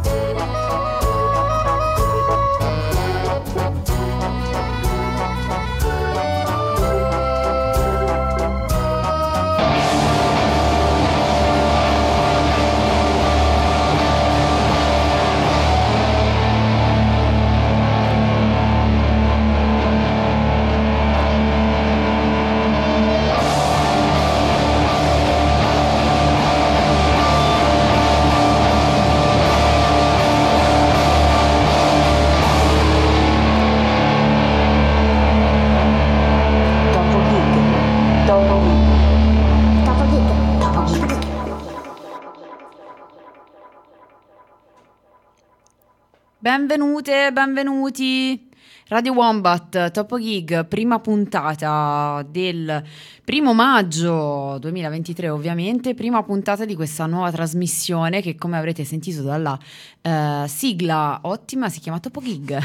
Benvenute, benvenuti. Radio Wombat, Topo Gig, prima puntata del 1 maggio 2023, ovviamente, prima puntata di questa nuova trasmissione che, come avrete sentito dalla sigla ottima, si chiama Topo Gig.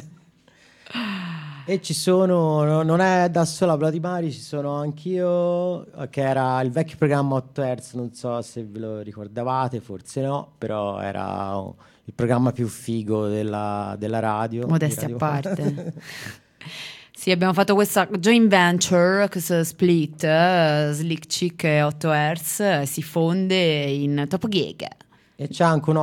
E ci sono, non è da sola Bloody Mari, ci sono anch'io, che era il vecchio programma 8 Hz, non so se ve lo ricordavate, forse no, però era il programma più figo della radio. Modestia a parte. Sì, abbiamo fatto questa joint venture, questo split, Slick Chick e 8 Hz, si fonde in Topo Gig. E c'è anche un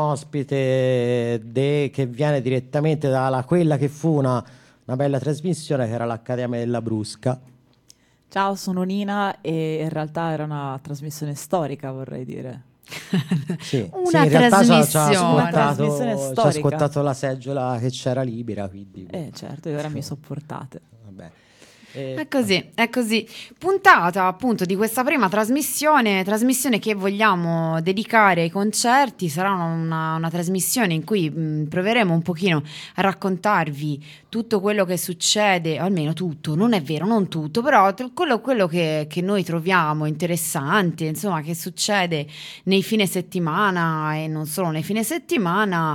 ospite che viene direttamente da quella che fu una bella trasmissione, che era l'Accademia della Brusca. Ciao, sono Nina e in realtà era una trasmissione storica, vorrei dire. Sì, una in realtà trasmissione ci ha storica. scottato la seggiola che c'era libera, quindi. Certo, e ora mi sopportate. Vabbè. È così. Puntata appunto di questa prima trasmissione che vogliamo dedicare ai concerti. Sarà una trasmissione in cui proveremo un pochino a raccontarvi tutto quello che succede, o almeno tutto, non è vero, non tutto, però quello che noi troviamo interessante, insomma, che succede nei fine settimana e non solo nei fine settimana,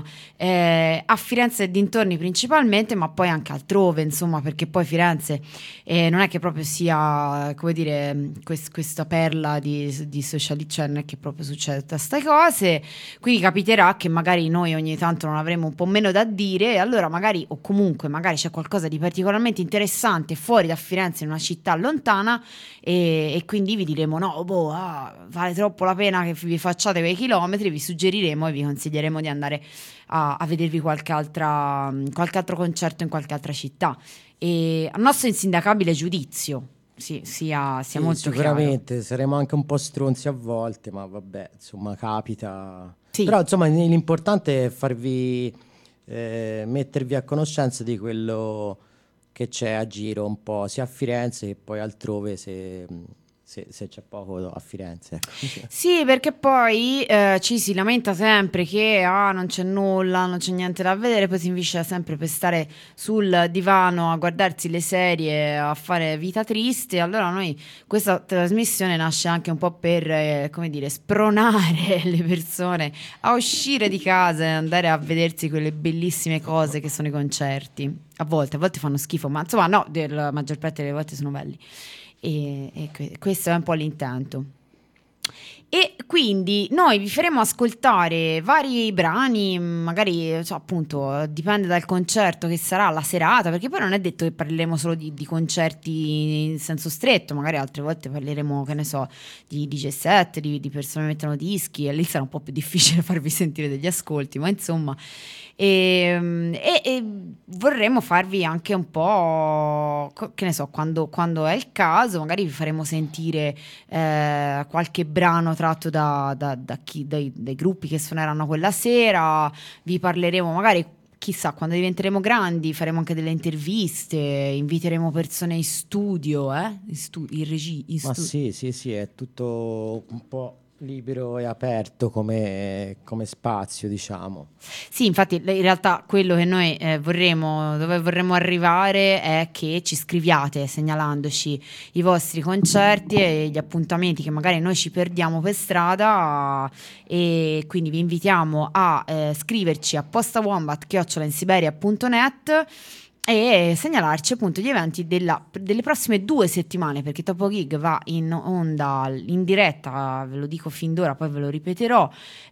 a Firenze e dintorni principalmente, ma poi anche altrove, insomma, perché poi Firenze non è che proprio sia, come dire, questa perla di social, cioè non è che proprio succede tutte queste cose, quindi capiterà che magari noi ogni tanto non avremo un po' meno da dire, e allora magari, o comunque magari c'è qualcosa di particolarmente interessante fuori da Firenze, in una città lontana, e quindi vi diremo vale troppo la pena che vi facciate quei chilometri, vi suggeriremo e vi consiglieremo di andare a vedervi qualche altro concerto in qualche altra città. E a nostro insindacabile giudizio, sia molto sicuramente chiaro. saremo anche un po' stronzi a volte, ma vabbè, insomma, capita. Sì. Però insomma l'importante è farvi mettervi a conoscenza di quello che c'è a giro un po', sia a Firenze che poi altrove, se c'è poco a Firenze, ecco. Sì, perché poi ci si lamenta sempre che non c'è nulla, non c'è niente da vedere, poi si inviscia sempre per stare sul divano a guardarsi le serie, a fare vita triste. Allora noi, questa trasmissione nasce anche un po' per, come dire, spronare le persone a uscire di casa e andare a vedersi quelle bellissime cose che sono i concerti. A volte fanno schifo, ma insomma no, la maggior parte delle volte sono belli. E questo è un po' l'intento. E quindi noi vi faremo ascoltare vari brani, magari appunto dipende dal concerto che sarà, la serata, perché poi non è detto che parleremo solo di concerti in senso stretto, magari altre volte parleremo, che ne so, di DJ set, di persone che mettono dischi, e lì sarà un po' più difficile farvi sentire degli ascolti, ma insomma. E vorremmo farvi anche un po', che ne so, quando è il caso, magari vi faremo sentire qualche brano tratto dai gruppi che suoneranno quella sera, vi parleremo magari, chissà, quando diventeremo grandi faremo anche delle interviste, inviteremo persone in studio, in regia, in Ma studio. sì, è tutto un po' libero e aperto come spazio, diciamo. Sì, infatti in realtà quello che noi dove vorremmo arrivare è che ci scriviate segnalandoci i vostri concerti e gli appuntamenti che magari noi ci perdiamo per strada, e quindi vi invitiamo a scriverci a postawombat@insiberia.net e segnalarci appunto gli eventi delle prossime 2 settimane, perché Topo Gig va in onda in diretta, ve lo dico fin d'ora, poi ve lo ripeterò,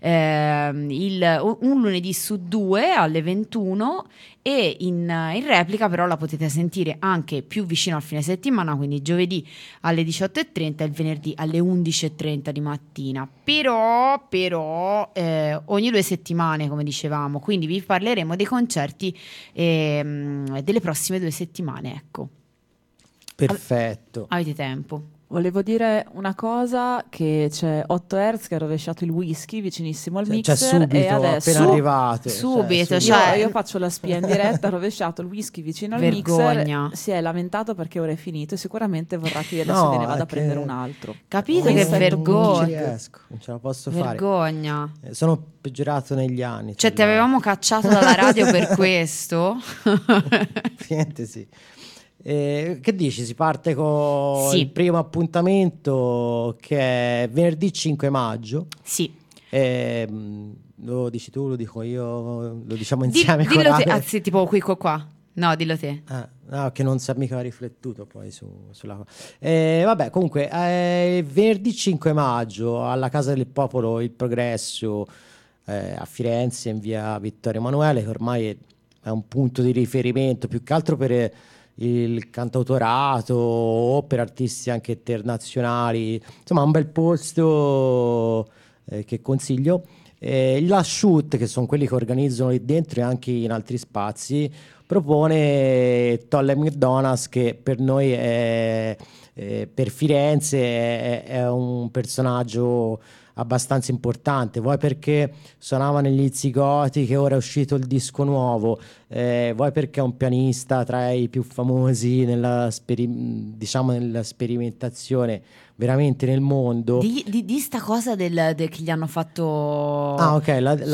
un lunedì su 2 alle 21, e in replica però la potete sentire anche più vicino al fine settimana, quindi giovedì alle 18:30 e il venerdì alle 11:30 di mattina, però ogni 2 settimane, come dicevamo, quindi vi parleremo dei concerti delle prossime 2 settimane, ecco. Perfetto. Avete tempo. Volevo dire una cosa, che c'è 8 Hz che ha rovesciato il whisky vicinissimo al mixer, Cioè subito, e adesso appena arrivate. Subito, io faccio la spia in diretta, ha rovesciato il whisky vicino al Vergogna. mixer, si è lamentato perché ora è finito e sicuramente vorrà che io adesso gliene vada a prendere un altro. Capite che Non vergogna. ci riesco, non ce la posso fare. Vergogna. Sono peggiorato negli anni. Cioè ti avevamo cacciato dalla radio per questo? Niente, sì. Che dici? Si parte con Sì. il primo appuntamento, che è venerdì 5 maggio. Sì. Lo dici tu, lo dico io, lo diciamo insieme. Dillo te, corale? anzi, tipo qui qua. No, dillo te. No, che non si è mica riflettuto poi sulla cosa. Vabbè, comunque, venerdì 5 maggio alla Casa del Popolo Il Progresso, a Firenze, in via Vittorio Emanuele, che ormai è un punto di riferimento più che altro per il cantautorato o per artisti anche internazionali. Insomma, un bel posto che consiglio. La Shoot, che sono quelli che organizzano lì dentro e anche in altri spazi, propone Tolle McDonald's, che per noi per Firenze è un personaggio abbastanza importante, vuoi perché suonava negli Zigoti, che ora è uscito il disco nuovo, vuoi perché è un pianista tra i più famosi nella sperimentazione veramente nel mondo. Di sta cosa che gli hanno fatto. Ok,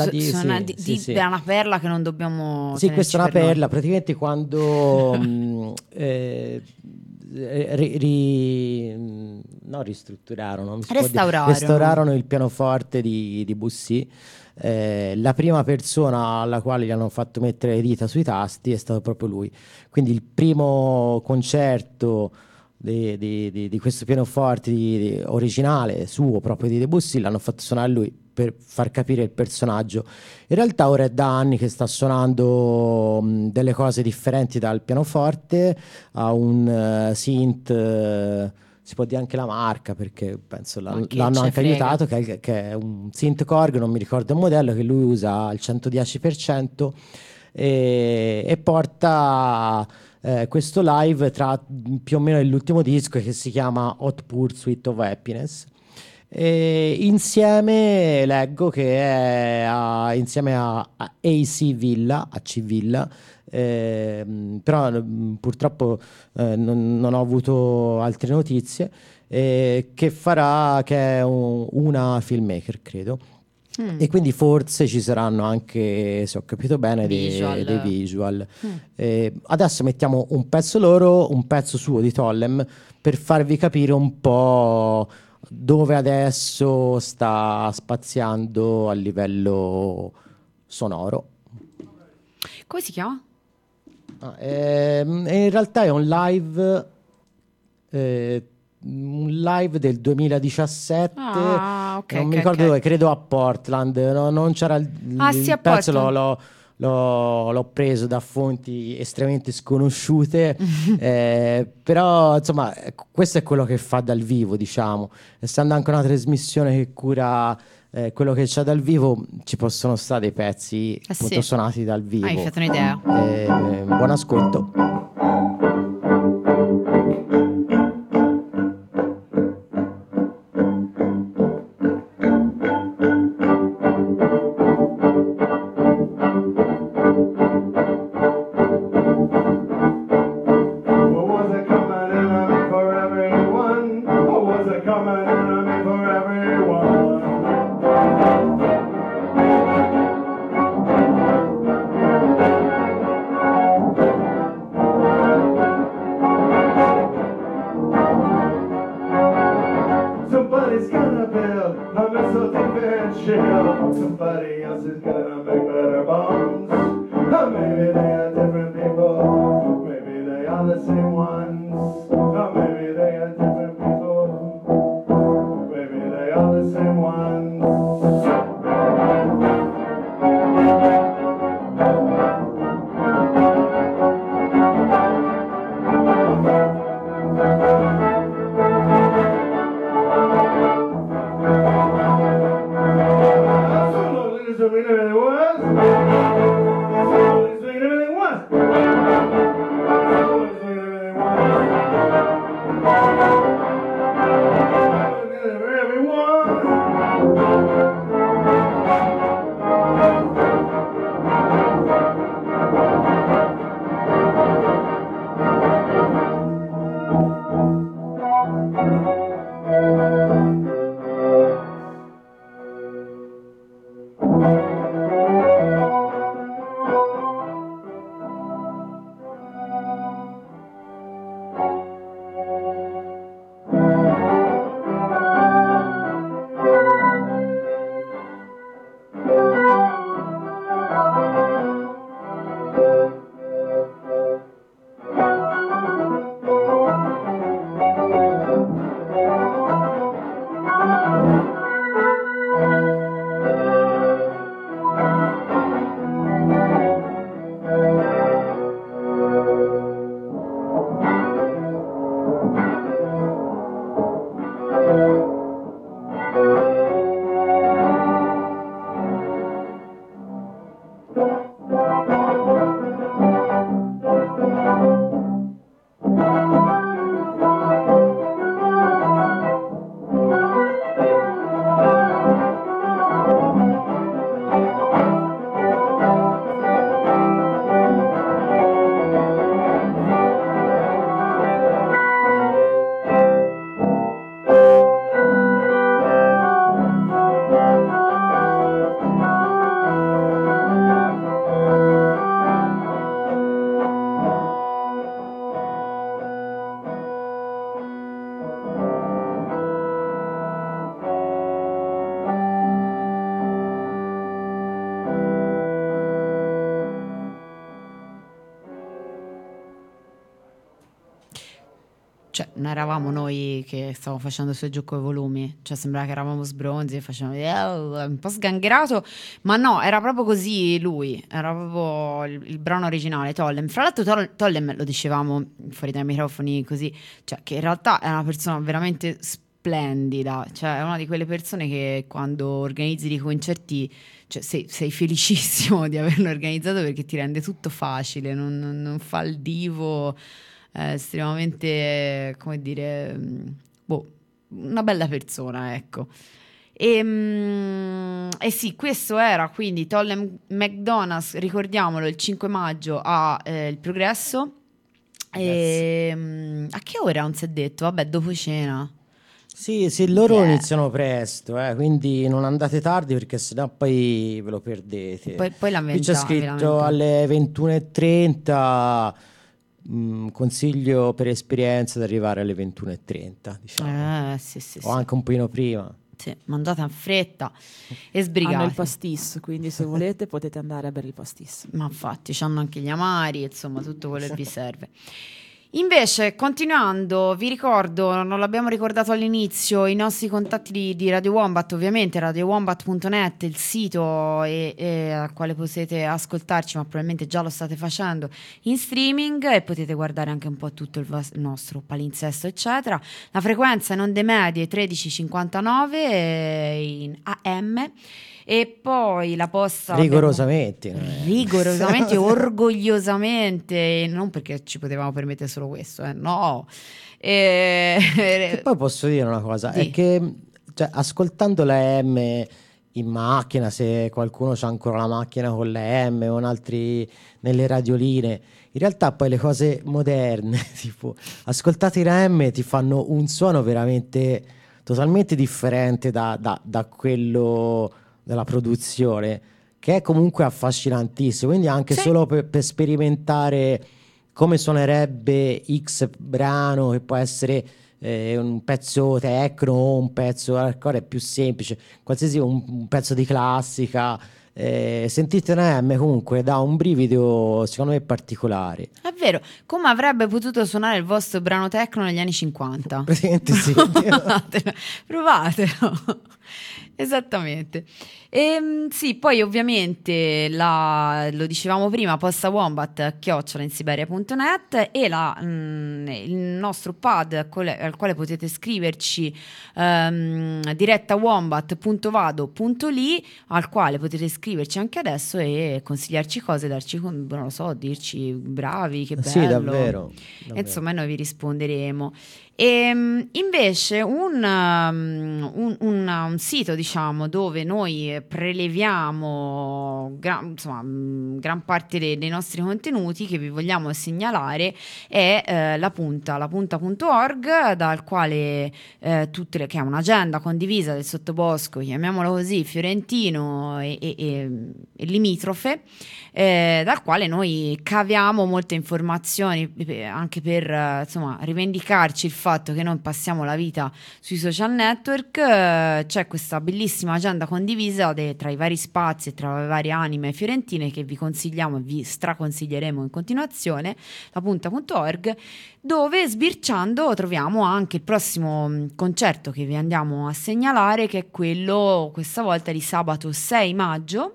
sì. È una perla che non dobbiamo. Sì, questa è una perla. Praticamente quando ristrutturarono, restaurarono il pianoforte di Debussy. La prima persona alla quale gli hanno fatto mettere le dita sui tasti è stato proprio lui. Quindi il primo concerto di questo pianoforte originale suo, proprio di Debussy, l'hanno fatto suonare lui per far capire il personaggio. In realtà ora è da anni che sta suonando delle cose differenti dal pianoforte, ha un synth, si può dire anche la marca perché penso l'hanno anche aiutato, che è un synth Korg, non mi ricordo il modello, che lui usa al 110%, e porta questo live tra più o meno l'ultimo disco, che si chiama Hot Pursuit of Happiness. E insieme leggo che è insieme a AC Villa, però purtroppo non ho avuto altre notizie, che è una filmmaker, credo. E quindi forse ci saranno anche, se ho capito bene, dei visual. Adesso mettiamo un pezzo loro, un pezzo suo di Tollem, per farvi capire un po' dove adesso sta spaziando a livello sonoro. Come si chiama? In realtà è un live del 2017, okay, non mi ricordo dove, credo a Portland. Non c'era il pezzo, l'ho preso da fonti estremamente sconosciute, però insomma questo è quello che fa dal vivo, diciamo. Essendo anche una trasmissione che cura quello che c'è dal vivo, ci possono stare dei pezzi appunto suonati dal vivo. Hai fatto un'idea. Buon ascolto. Somebody else is gonna make better bombs. Or maybe they are different people. all the same ones. Cioè, non eravamo noi che stavamo facendo su e giù coi volumi, cioè sembrava che eravamo sbronzi e facevamo un po' sgangherato, ma no, era proprio così lui, era proprio il brano originale, Tollem. Fra l'altro Tollem, lo dicevamo fuori dai microfoni così, cioè che in realtà è una persona veramente splendida, cioè è una di quelle persone che quando organizzi dei concerti, cioè sei felicissimo di averlo organizzato perché ti rende tutto facile, non fa il divo, estremamente, come dire, una bella persona, ecco. E sì, questo era quindi Tollem McDonald's, ricordiamolo, il 5 maggio a Il Progresso. A che ora non si è detto? Vabbè, dopo cena. Sì, loro iniziano presto, quindi non andate tardi perché sennò poi ve lo perdete. Poi Qui c'è scritto alle 21:30. Consiglio per esperienza di arrivare alle 21:30, diciamo. Sì, o anche un pochino prima. Sì, mangiate in fretta e sbrigate. Hanno il pastis, quindi se volete potete andare a bere il pastis. Ma infatti c'hanno anche gli amari, insomma tutto quello che vi serve. Invece, continuando, vi ricordo, non l'abbiamo ricordato all'inizio, i nostri contatti di Radio Wombat, ovviamente radiowombat.net, il sito al quale potete ascoltarci, ma probabilmente già lo state facendo in streaming, e potete guardare anche un po' tutto il nostro palinsesto, eccetera. La frequenza in onde medie 1359 in AM. E poi la posta rigorosamente orgogliosamente, non perché ci potevamo permettere solo questo, no. E poi posso dire una cosa, è che cioè, ascoltando la M in macchina, se qualcuno c'ha ancora la macchina con la M o altri nelle radioline, in realtà poi le cose moderne tipo ascoltate la M ti fanno un suono veramente totalmente differente da quello della produzione, che è comunque affascinantissimo, quindi anche solo per sperimentare come suonerebbe X brano, che può essere un pezzo techno o un pezzo hardcore, è più semplice, qualsiasi un pezzo di classica, Sentite M comunque dà un brivido secondo me particolare. È vero, come avrebbe potuto suonare il vostro brano techno negli anni 50? Praticamente sì. Provatelo. Esattamente. Sì, poi ovviamente lo dicevamo prima, postawombat@insiberia.net e il nostro pad al quale potete scriverci, direttawombat.vado.li, al quale potete scriverci anche adesso e consigliarci cose, darci, non lo so, dirci bravi, che bello. Sì, davvero. E insomma noi vi risponderemo. E invece un sito, diciamo, dove noi preleviamo gran parte dei nostri contenuti che vi vogliamo segnalare è la punta.org, dal quale che è un'agenda condivisa del sottobosco, chiamiamolo così, fiorentino e limitrofe, dal quale noi caviamo molte informazioni anche per insomma rivendicarci il fatto che non passiamo la vita sui social network. C'è questa bellissima agenda condivisa tra i vari spazi e tra le varie anime fiorentine che vi consigliamo e vi straconsiglieremo in continuazione, la punta.org, dove sbirciando troviamo anche il prossimo concerto che vi andiamo a segnalare, che è quello questa volta di sabato 6 maggio.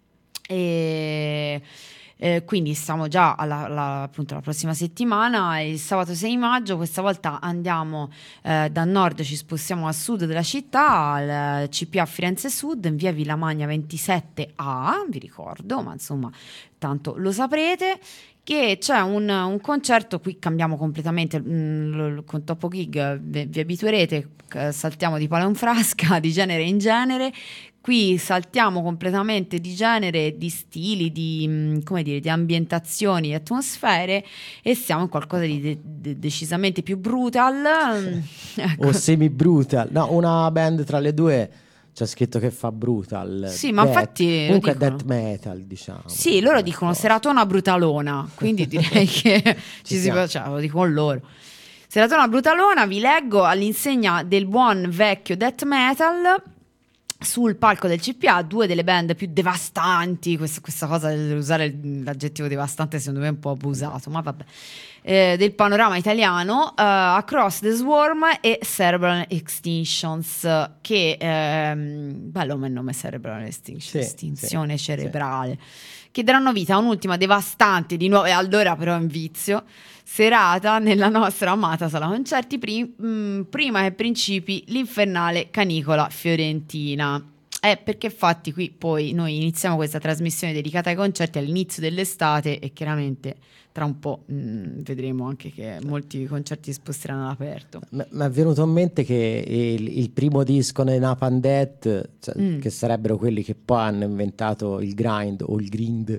Quindi stiamo già appunto la prossima settimana, il sabato 6 maggio. Questa volta andiamo da nord, ci spostiamo a sud della città, al CPA Firenze Sud, in via Villamagna 27A, vi ricordo, ma insomma tanto lo saprete, che c'è un concerto. Qui cambiamo completamente con Topo Gig, vi abituerete, saltiamo di palo in frasca, di genere in genere. Qui saltiamo completamente di genere, di stili, di ambientazioni, di atmosfere, e siamo in qualcosa di decisamente più brutal. Ecco. O semi-brutal. No, una band tra le due c'è scritto che fa brutal. Sì, ma infatti comunque è death metal, diciamo. Sì, loro dicono seratona brutalona, quindi direi che lo dicono loro. Seratona brutalona, vi leggo all'insegna del buon vecchio death metal. Sul palco del CPA, due delle band più devastanti, questa cosa dell'usare l'aggettivo devastante secondo me è un po' abusato, ma vabbè, del panorama italiano, Across the Swarm e Cerebral Extinctions, che bello il nome Cerebral Extinction, estinzione cerebrale, che daranno vita a un'ultima devastante di nuovo, e allora però in vizio, serata nella nostra amata sala concerti, prima che principi l'infernale Canicola Fiorentina. Perché infatti qui poi noi iniziamo questa trasmissione dedicata ai concerti all'inizio dell'estate, e chiaramente tra un po' vedremo anche che molti concerti si sposteranno all'aperto. Mi è venuto in mente che il primo disco nei Napalm Death, che sarebbero quelli che poi hanno inventato il grind o il grind,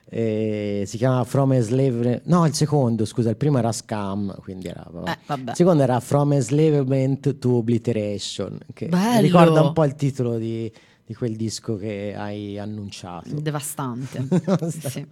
si chiamava From a Slave. No, il secondo, scusa, il primo era Scam, quindi era vabbè. Il secondo era From Enslavement to Obliteration, che bello. Ricorda un po' il titolo di quel disco che hai annunciato. Devastante. Sì.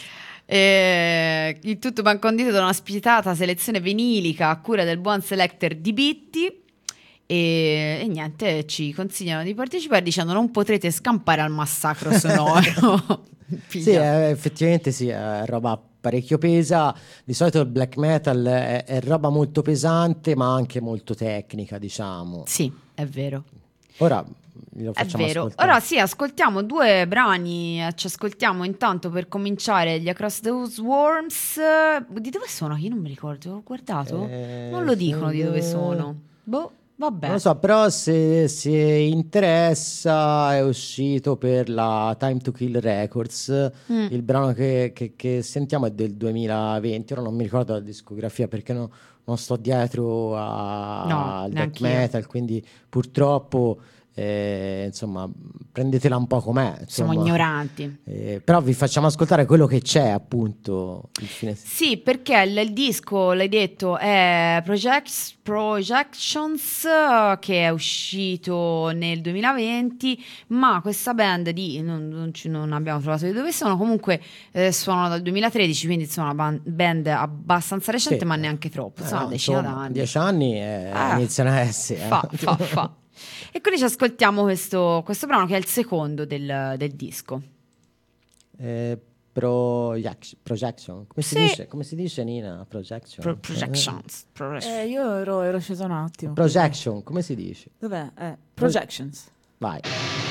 Il tutto ben condito da una spietata selezione vinilica a cura del buon selector Di Bitti. E niente, ci consigliano di partecipare dicendo: non potrete scampare al massacro sonoro. Sì, effettivamente sì, è roba parecchio pesa. Di solito il black metal è roba molto pesante, ma anche molto tecnica, diciamo. Sì, è vero. Ora lo facciamo ascoltare. Ora sì, ascoltiamo due brani. Ci ascoltiamo intanto, per cominciare, gli Across the Swarms. Di dove sono? Io non mi ricordo, ho guardato. Non lo dicono di dove sono. Boh. Vabbè. Non lo so, però se interessa, è uscito per la Time to Kill Records. Il brano che sentiamo è del 2020. Ora non mi ricordo la discografia perché non sto dietro al death metal, quindi purtroppo insomma prendetela un po' com'è, insomma. Siamo ignoranti, però vi facciamo ascoltare quello che c'è, appunto, il fine. Sì, perché il disco, l'hai detto, è Projections, che è uscito nel 2020, ma questa band non abbiamo trovato di dove sono. Comunque suonano dal 2013, quindi insomma una band abbastanza recente, ma neanche troppo, insomma una decina d'anni. 10 anni iniziano a essere. Fa. E quindi ci ascoltiamo questo brano, che è il secondo del disco. Projection. Come si Sì. dice? Come si dice, Nina? Projection. Projections. Io ero scesa un attimo. Projection, come si dice? Dov'è? Projections. Vai.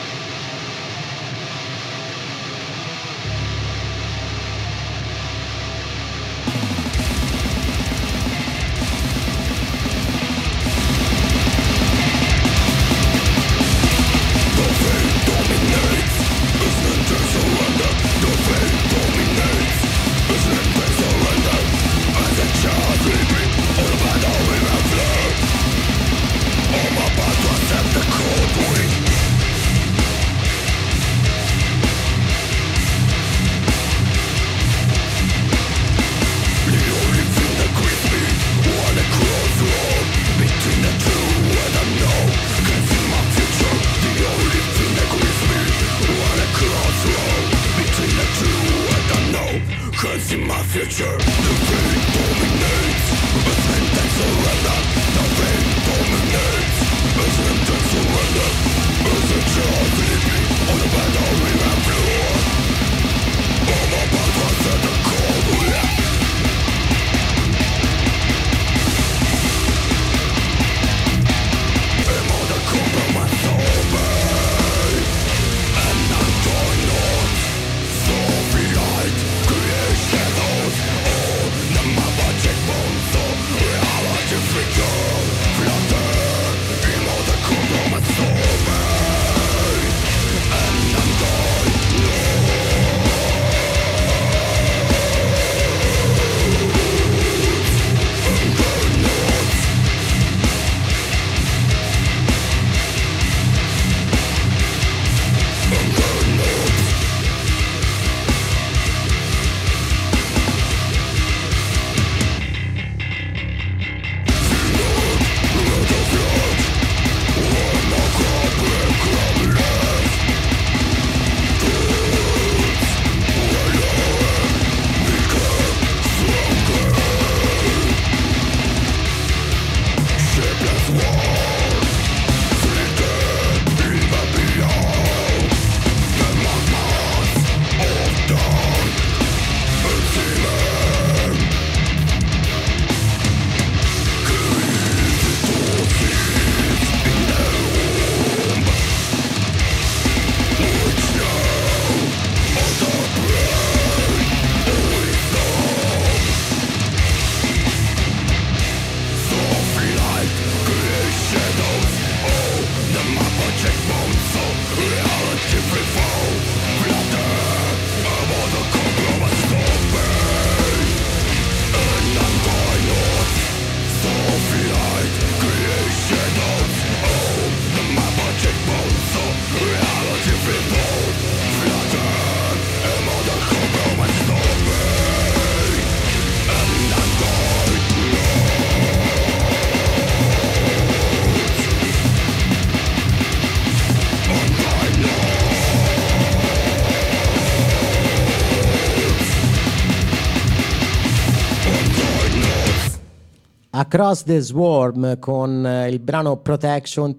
Across the Swarm con il brano Projection,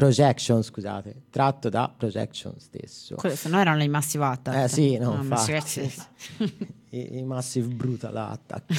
scusate, tratto da Projection stesso. Se no erano i Massive Attack. Sì, no, Massive infatti. Attack. I Massive Brutal Attack.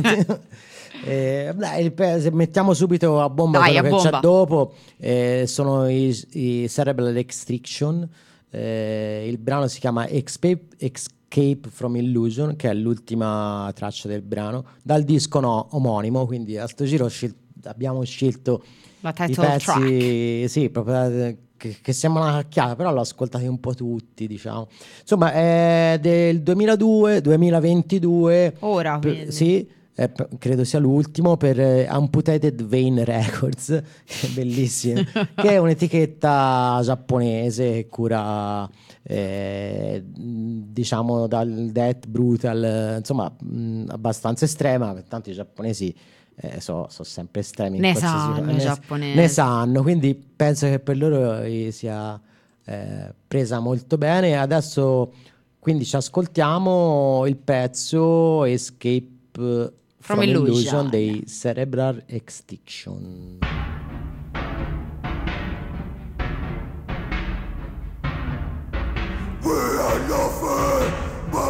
Se mettiamo subito a bomba Dai, quello a che bomba. c'è dopo, sono i Cerebral Extraction. Il brano si chiama Escape from Illusion, che è l'ultima traccia del brano, dal disco omonimo, quindi a sto giro abbiamo scelto La i title pezzi, sì, proprio che sembrano una cacchiata, però l'ho ascoltati un po' tutti, diciamo. Insomma, è del 2022. Ora, quindi. Sì, credo sia l'ultimo per Amputated Vein Records, che è bellissimo, che è un'etichetta giapponese che cura diciamo dal death brutal, insomma abbastanza estrema, tanto i giapponesi sono sempre estremi in Ne qualsiasi sanno cosa. i giapponesi. Ne sanno, quindi penso che per loro sia presa molto bene. Adesso quindi ci ascoltiamo il pezzo Escape from Illusion dei Cerebral Extinction. We are nothing but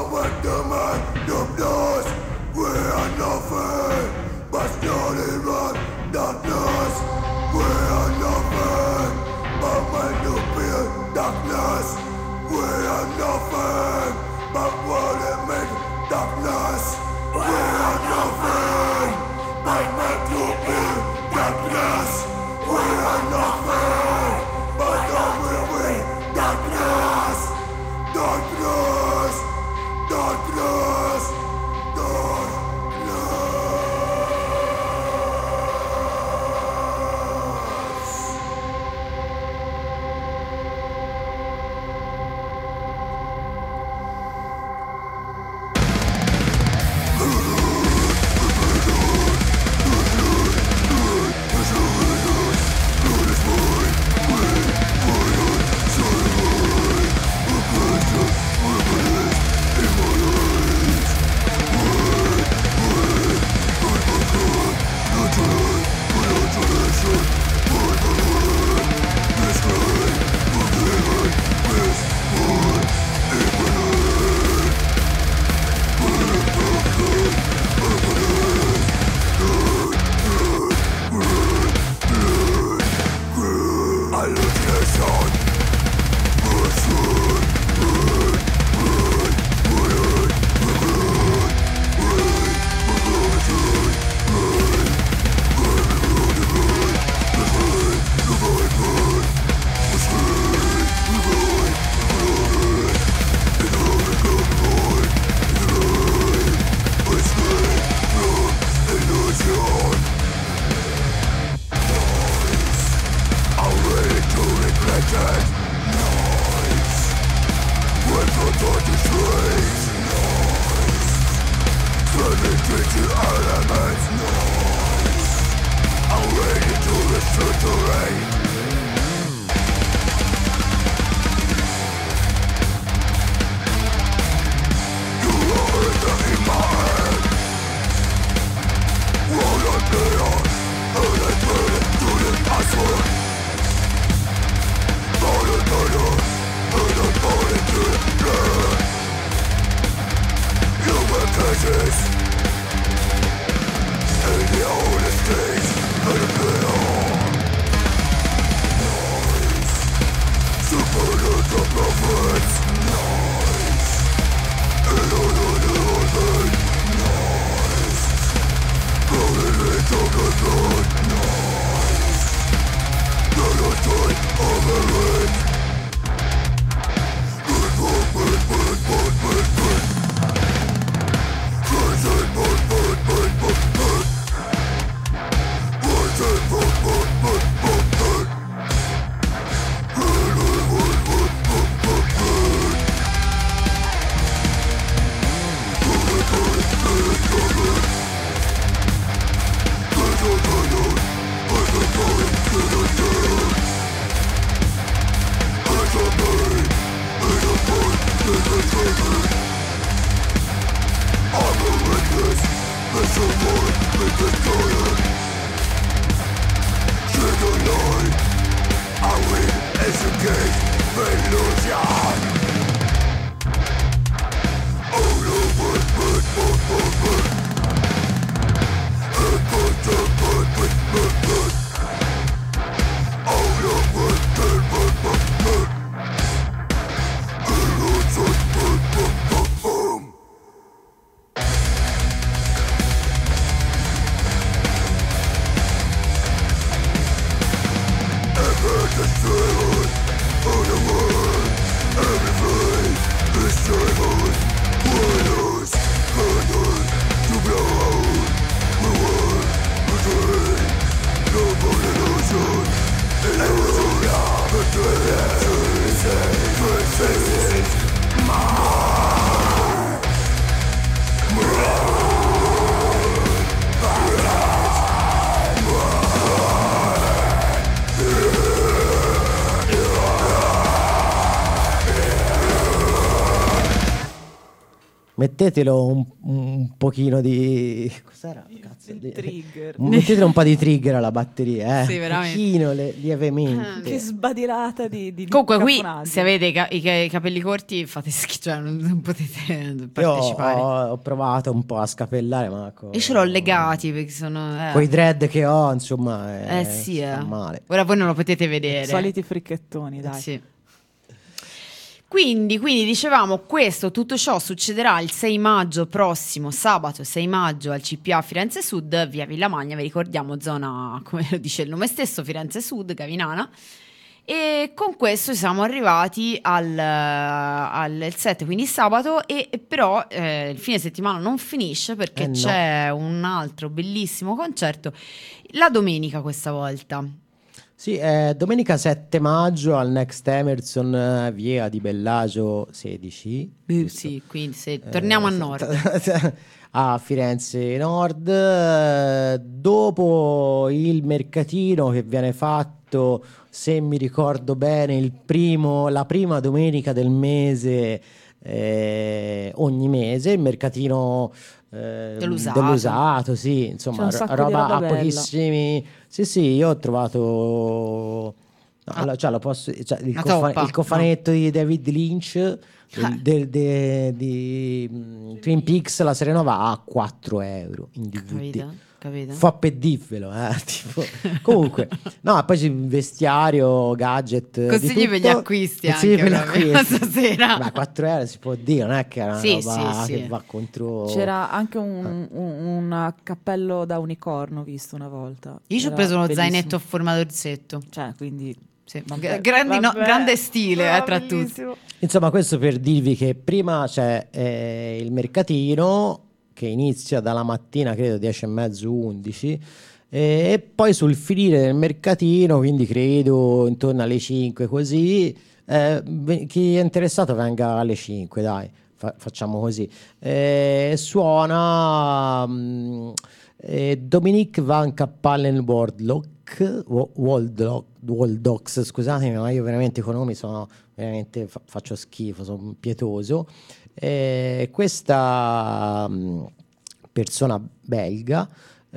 Mettetelo un pochino di... Cos'era? Cazzo, il trigger. Mettetelo un po' di trigger alla batteria, Sì, veramente. Un pochino, lievemente. Che sbadilata di Comunque qui cafonaggio. se avete i capelli corti fate schifo, cioè non potete Io partecipare. ho provato un po' a scapellare, ma... Io ce l'ho legati perché sono... Con i dread che ho, insomma, sì, sta male. Ora voi non lo potete vedere. Soliti fricchettoni, dai. Sì. Quindi dicevamo questo, tutto ciò succederà il 6 maggio prossimo, sabato 6 maggio al CPA Firenze Sud, via Villamagna, vi ricordiamo zona, come lo dice il nome stesso, Firenze Sud, Gavinana. E con questo siamo arrivati al 7, quindi sabato, e però il fine settimana non finisce perché No. c'è un altro bellissimo concerto la domenica questa volta. Sì, domenica 7 maggio al Next Emerson, via di Bellagio 16. Sì, quindi se torniamo a nord. A Firenze Nord, dopo il mercatino che viene fatto, se mi ricordo bene, la prima domenica del mese, ogni mese, il mercatino dell'usato, sì, C'è insomma, un sacco di roba roba a bella. pochissimi. Sì, io ho trovato cioè, il, Una toppa, il cofanetto di David Lynch di Twin Peaks, la serie nuova, a 4 euro in DVD. Capito? Fa per dirvelo, tipo. Comunque, no, poi c'è vestiario, gadget. Consigli per gli acquisti Consigli anche per gli proprio, acquisti. stasera. Ma 4 euro si può dire, non è che è una Sì, roba sì. che va contro. C'era anche un cappello da unicorno visto una volta. Io ci ho Era preso uno bellissimo. zainetto a forma d'orsetto. Cioè, quindi... Sì. Vabbè, Grande stile tra tutti. bellissimo. Insomma, questo per dirvi che prima c'è il mercatino che inizia dalla mattina, credo 10:30, 11, e poi sul finire del mercatino, quindi credo intorno alle 5 così, chi è interessato venga alle 5, dai. facciamo così. Suona Dominique Van Cappelen Waldox, scusatemi, ma io veramente con nomi sono veramente faccio schifo, sono pietoso. Questa persona belga,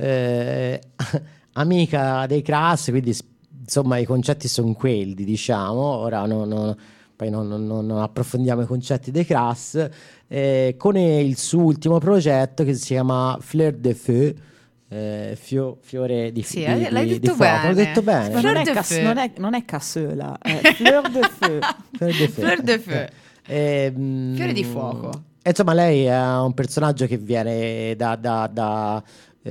amica dei Crass, quindi insomma i concetti sono quelli, diciamo. Ora poi non approfondiamo i concetti dei Crass, con il suo ultimo progetto che si chiama Fleur de Feu, fiore di, Sì, di, l'hai di detto fuoco. bene. L'ho detto bene. Ma Fleur de feu. non è cassola, è fleur de feu. Fleur de Feu. Fleur de feu. Fiore di fuoco. Insomma, lei è un personaggio che viene dal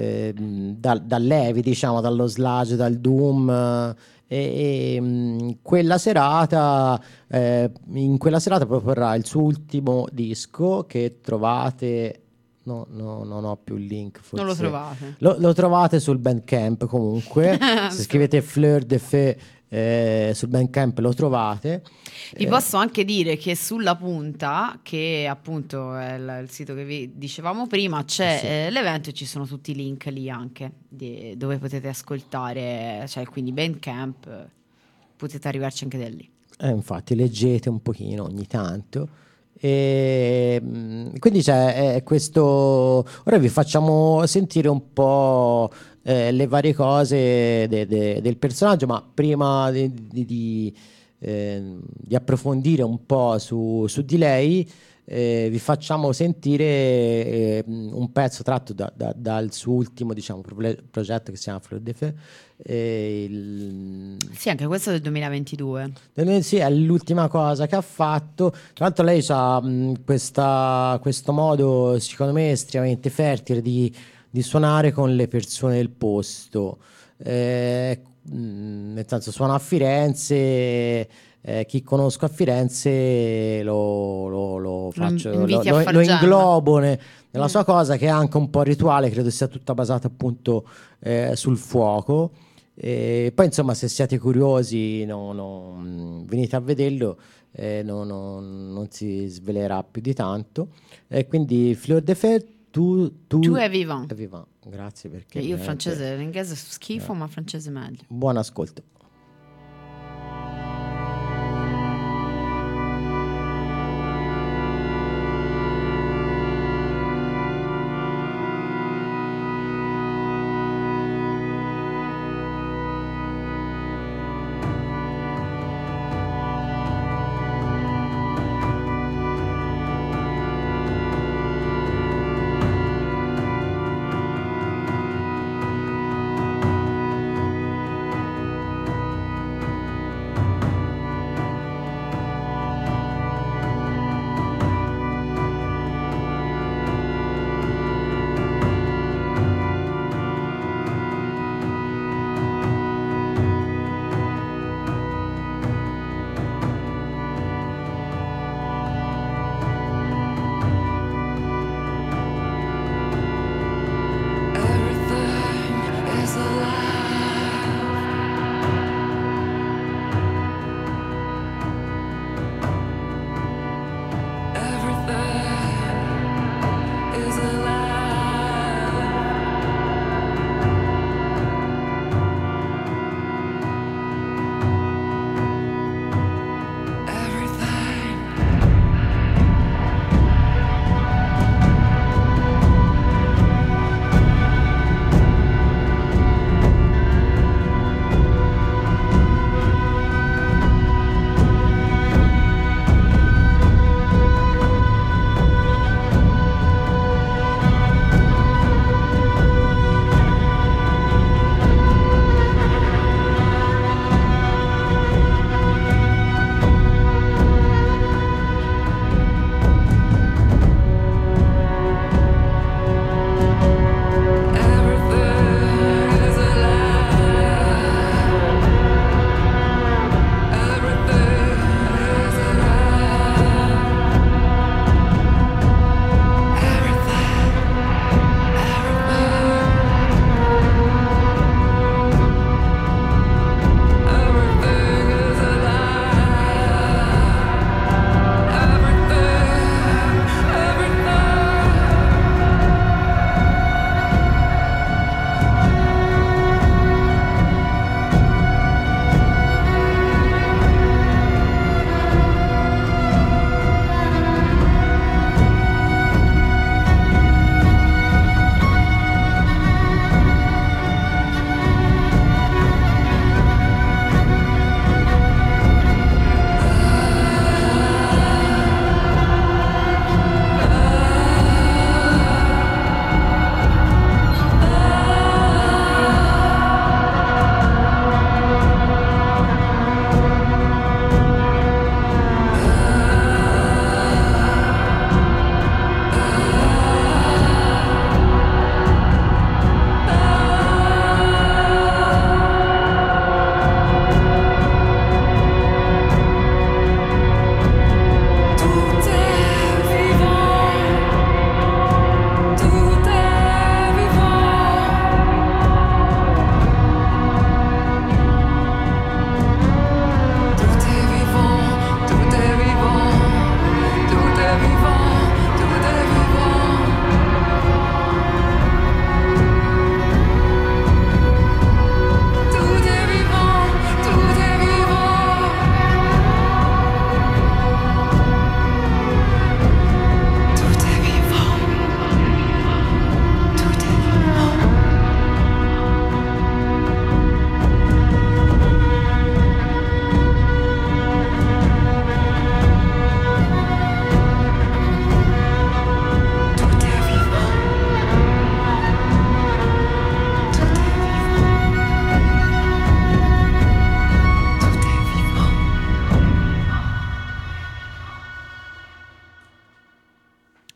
Levi, diciamo, dallo sludge, dal doom. Quella serata, in quella serata proporrà il suo ultimo disco che trovate. No, non ho più il link. Forse. Non lo trovate. Lo trovate sul Bandcamp comunque. Se scrivete Fleur de Feu sul Bandcamp lo trovate. Vi posso anche dire che sulla punta, che appunto è il sito che vi dicevamo prima, c'è l'evento e ci sono tutti i link lì anche dove potete ascoltare, cioè quindi Bandcamp, potete arrivarci anche da lì. Infatti leggete un pochino ogni tanto. Quindi c'è questo. Ora vi facciamo sentire un po' le varie cose del personaggio, ma prima di approfondire un po' su di lei, vi facciamo sentire un pezzo tratto dal suo ultimo, diciamo, progetto che si chiama Fleur de Feu. Sì, anche questo è del 2022. Sì, è l'ultima cosa che ha fatto. Tra l'altro lei ha questo modo, secondo me, estremamente fertile di suonare con le persone del posto. Nel senso, suona a Firenze. Chi conosco a Firenze lo inglobo nella sua cosa, che è anche un po' rituale, credo sia tutta basata appunto sul fuoco. Poi insomma, se siete curiosi venite a vederlo, non si svelerà più di tanto. Quindi Fleur de Feu, tu è vivant. Grazie, perché Io il francese, l'inglese schifo, ma il francese meglio. Buon ascolto.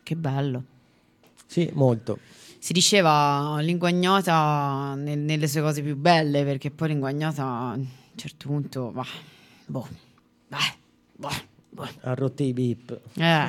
Che bello. Sì, molto. Si diceva lingua ignota nelle sue cose più belle, perché poi lingua ignota a un certo punto Ha rotto i beep.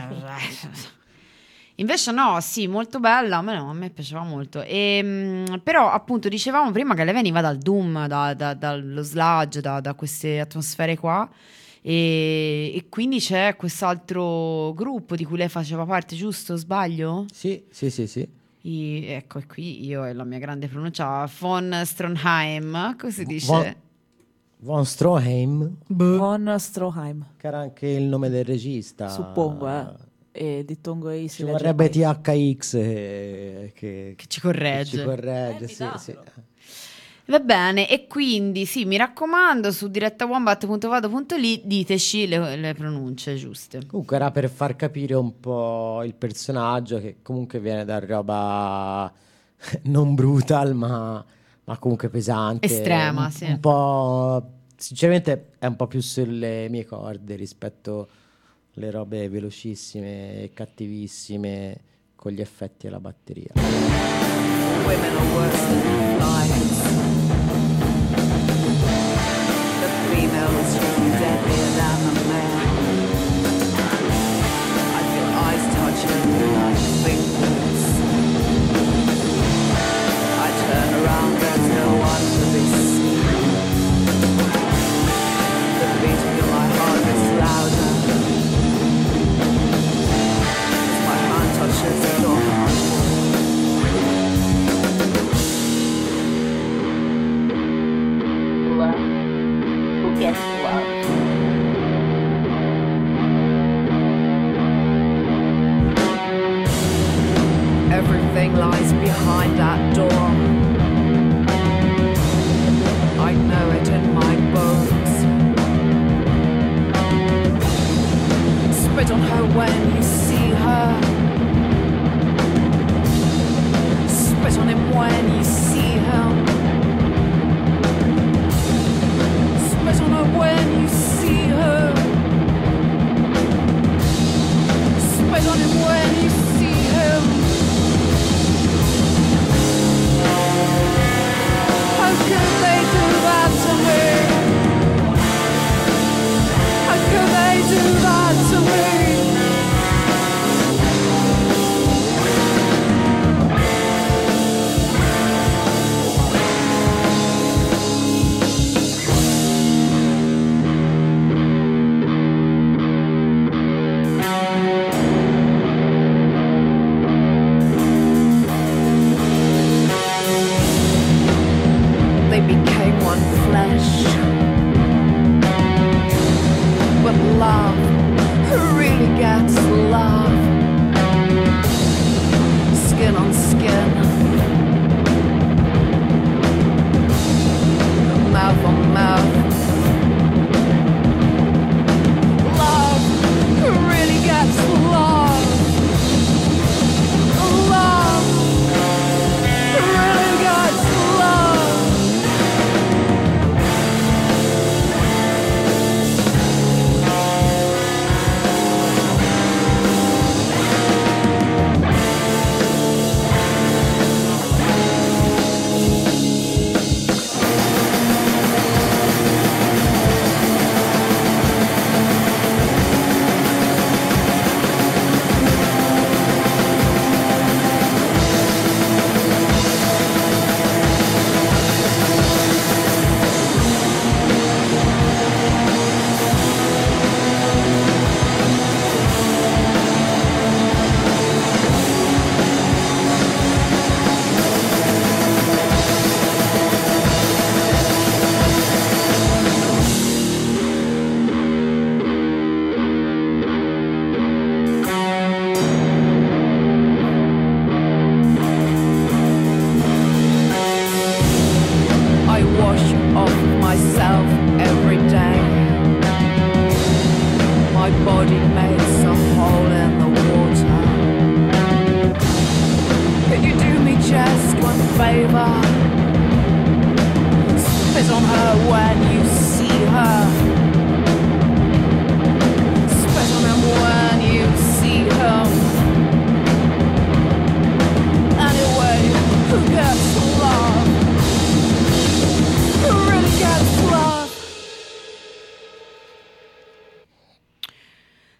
Invece no, sì, molto bella, a me piaceva molto. Però appunto dicevamo prima che lei veniva dal Doom, dallo sludge, da queste atmosfere qua, e quindi c'è quest'altro gruppo di cui lei faceva parte, giusto? Sbaglio? Sì. Ecco, e qui io e la mia grande pronuncia, von Stronheim, così dice. Von Stroheim, Von Stroheim, che era anche il nome del regista. suppongo, e dittongo Ci si vorrebbe legge mai. THX Che ci corregge. ci corregge, sì. Va bene, e quindi sì, mi raccomando, su direttawombat.vado.li diteci le pronunce giuste. Comunque era per far capire un po' il personaggio, che comunque viene da roba non brutal, ma comunque pesante. Estrema, sì. Un po', sinceramente è un po' più sulle mie corde rispetto alle robe velocissime e cattivissime con gli effetti alla batteria. Women are worse than lions. The female is usually deadlier than the male. I feel eyes touching like fingers. I turn around, there's no one to be seen. The beating of my heart is louder. As my hand touches your heart. Who gets love? Everything lies behind that door. I know it in my bones. Spit on her when you see her. Spit on him when you see him. Spit on her when you see her. Spit on him when you see him. How could they do that to me? How could they do that to me?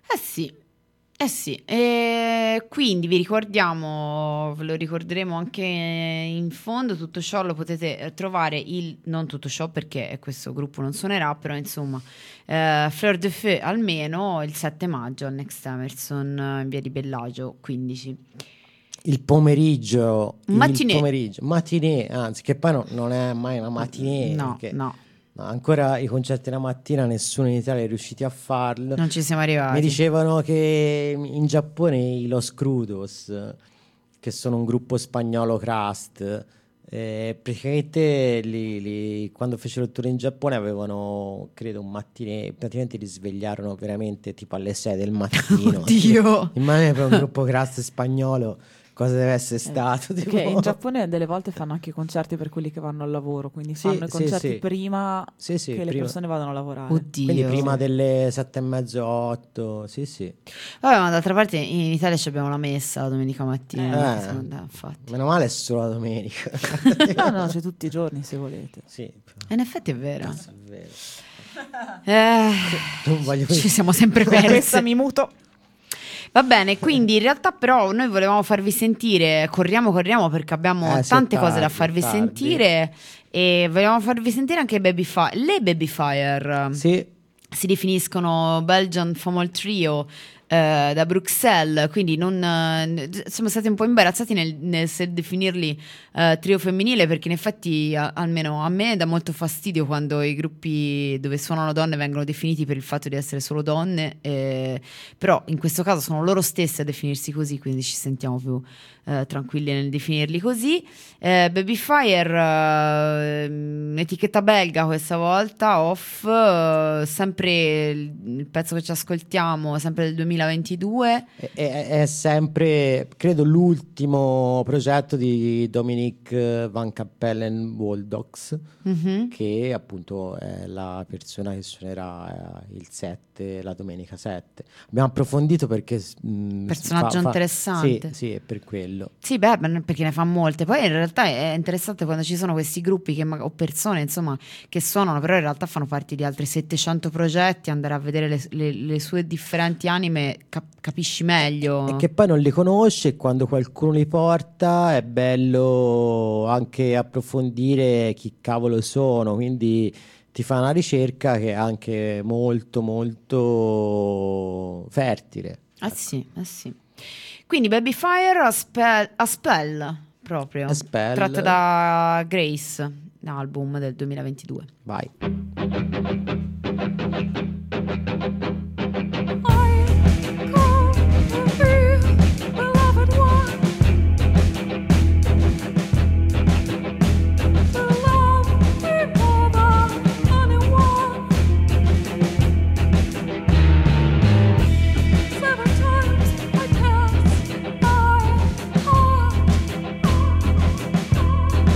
Sì, e quindi vi ricordiamo, ve lo ricorderemo anche in fondo, tutto ciò lo potete trovare, non tutto ciò perché questo gruppo non suonerà, però insomma, Fleur de Feu almeno il 7 maggio al Next Emerson in via di Bellagio 15. Il pomeriggio, Matinée, anzi, che poi non è mai una matinée. No, perché no. ancora i concerti la mattina nessuno in Italia è riuscito a farlo. Non ci siamo arrivati. Mi dicevano che in Giappone i Los Crudos, che sono un gruppo spagnolo crust, praticamente quando fecero il tour in Giappone avevano, credo, un mattinè, praticamente li svegliarono veramente tipo alle 6 del mattino. Oddio! Immagina per un gruppo crust spagnolo cosa deve essere stato. Perché in Giappone delle volte fanno anche i concerti per quelli che vanno al lavoro, quindi fanno i concerti prima che le persone vadano a lavorare. Oddio. Quindi prima delle 7:30, 8, sì. Vabbè, ma d'altra parte in Italia abbiamo la messa la domenica mattina. Infatti. Meno male è solo la domenica. No, c'è tutti i giorni se volete. Sì. In effetti è vero. È vero. Non voglio Ci siamo sempre persi. Questa mi muto. Va bene, quindi in realtà però noi volevamo farvi sentire, corriamo perché abbiamo tante cose da farvi sentire e volevamo farvi sentire anche le Baby Fire. Sì. Si definiscono Belgian Female Trio da Bruxelles, quindi siamo stati un po' imbarazzati nel definirli trio femminile, perché in effetti almeno a me dà molto fastidio quando i gruppi dove suonano donne vengono definiti per il fatto di essere solo donne, però in questo caso sono loro stesse a definirsi così, quindi ci sentiamo più tranquilli nel definirli cosy. Baby Fire, etichetta belga questa volta, Off, sempre il pezzo che ci ascoltiamo, sempre del 2022. È sempre, credo, l'ultimo progetto di Dominic Van Cappelen Waldox, che appunto è la persona che suonerà il 7, la domenica 7. Abbiamo approfondito perché personaggio interessante. Sì, è per quello. Sì, beh, perché ne fa molte. Poi in realtà è interessante quando ci sono questi gruppi o persone, insomma, che suonano, però in realtà fanno parte di altri 700 progetti. Andare a vedere le sue differenti anime capisci meglio. E che poi non li conosce, e quando qualcuno li porta è bello anche approfondire chi cavolo sono, quindi ti fa una ricerca che è anche molto molto fertile. Sì. Quindi Baby Fire a spell proprio, tratta da Grace, album del 2022. Vai.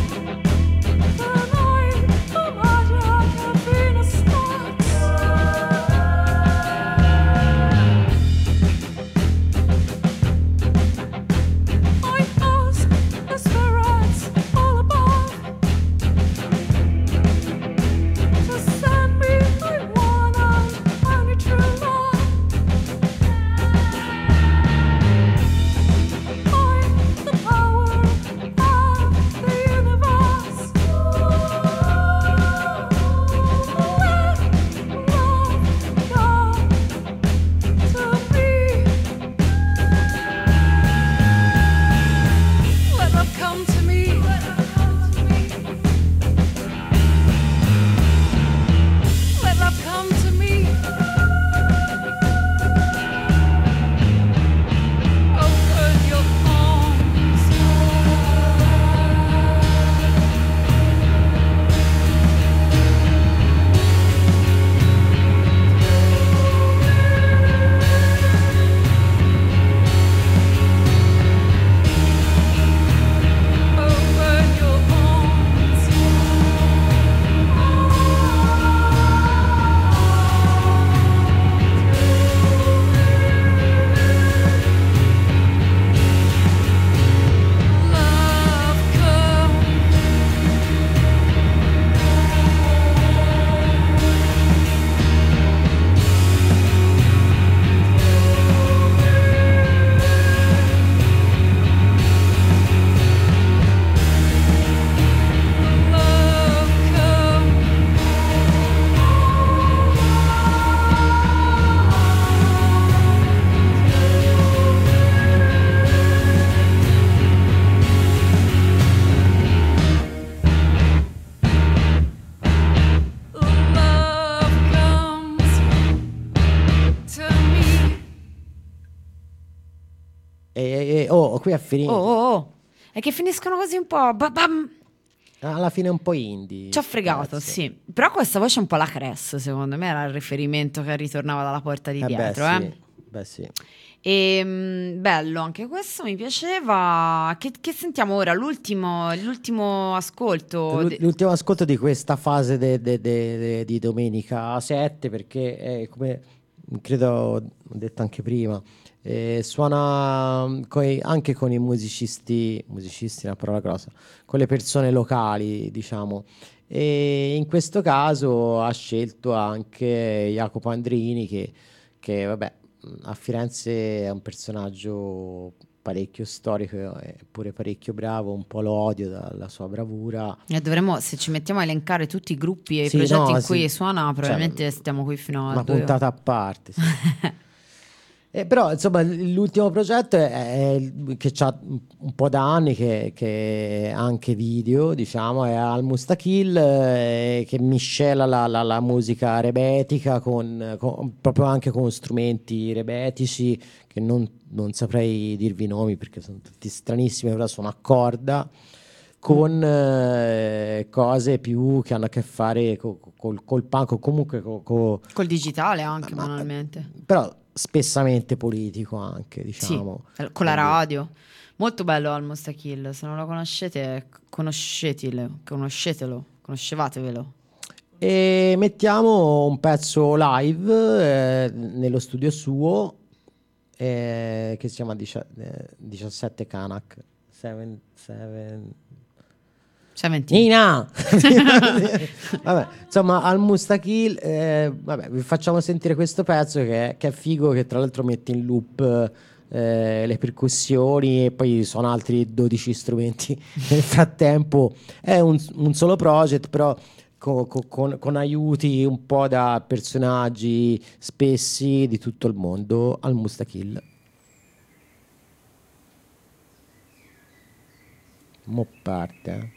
The night, the magic of Venus starts. Qui è finito. Oh. È che finiscono così un po'. Alla fine un po' indie. Ci ha fregato, sì. Però questa voce è un po' la Cress, secondo me era il riferimento che ritornava dalla porta di dietro. Beh, sì. E bello, anche questo mi piaceva. Che sentiamo ora? L'ultimo ascolto. L'ultimo ascolto di questa fase di domenica 7, perché come credo ho detto anche prima, suona anche con i musicisti è una parola grossa, con le persone locali, diciamo. E in questo caso ha scelto anche Jacopo Andrini, che vabbè, a Firenze è un personaggio parecchio storico e pure parecchio bravo, un po' lo odio dalla sua bravura. Dovremmo, se ci mettiamo a elencare tutti i gruppi e i progetti in cui suona, probabilmente stiamo qui fino a una puntata a parte. Sì. Però insomma l'ultimo progetto è che c'ha un po' da anni, che è anche video, diciamo, è Al Mustaqil, che miscela la musica rebetica proprio anche con strumenti rebetici che non saprei dirvi i nomi perché sono tutti stranissimi, però sono a corda, con cose più che hanno a che fare col punk o comunque col digitale anche, banalmente. Però spessamente politico anche, diciamo. Sì, con la radio. Molto bello Al Mustaqil, se non lo conoscete, conoscevatevelo. E mettiamo un pezzo live nello studio suo che si chiama 17 Kanak 17 Nina. Vabbè, insomma, Al Mustaqil, vabbè, vi facciamo sentire questo pezzo che è figo, che tra l'altro mette in loop le percussioni e poi sono altri 12 strumenti nel frattempo. È un solo project, però con aiuti un po' da personaggi spessi di tutto il mondo. Al Mustaqil. Mo parte,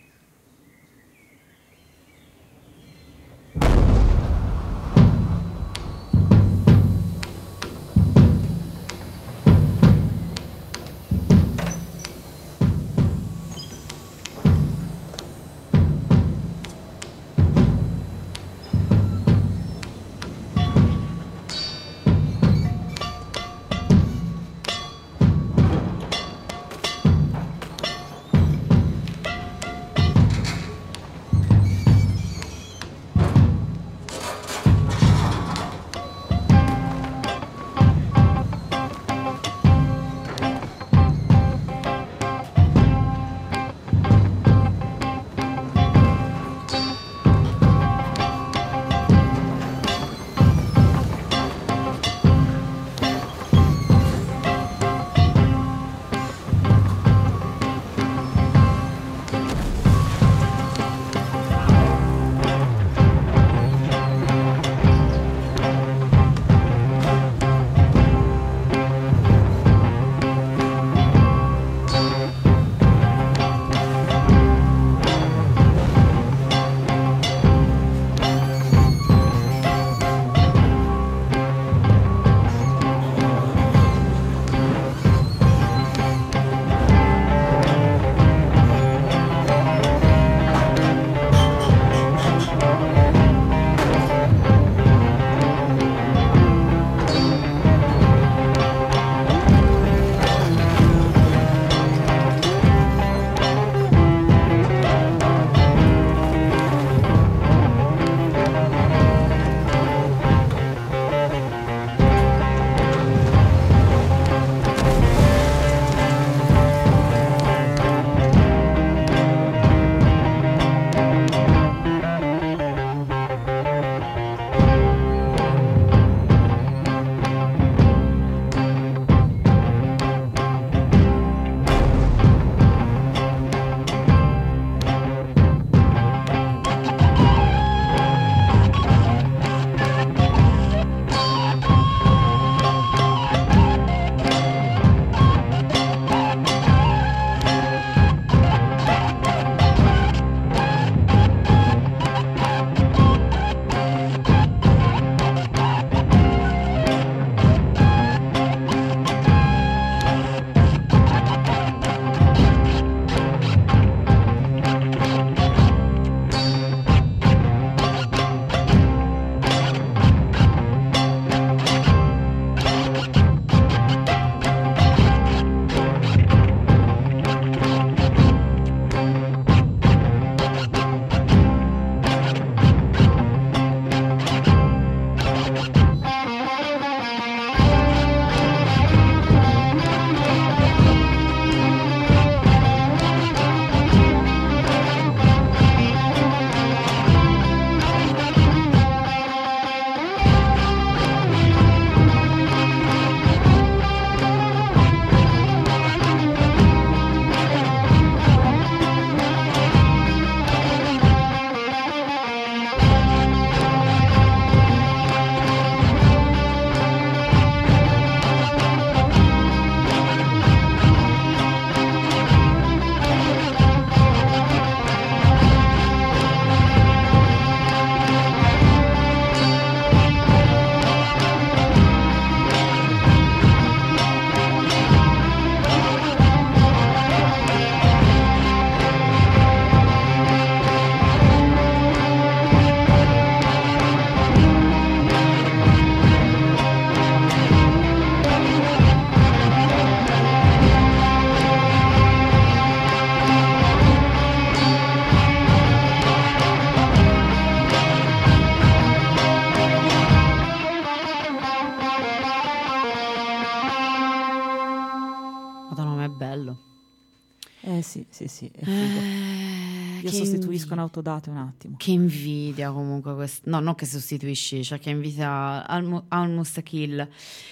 bello. Sì, è figo. Io sostituisco un'autodate un attimo. Che invidia comunque questo. No, non che sostituisci, cioè che invidia al Mustaqill.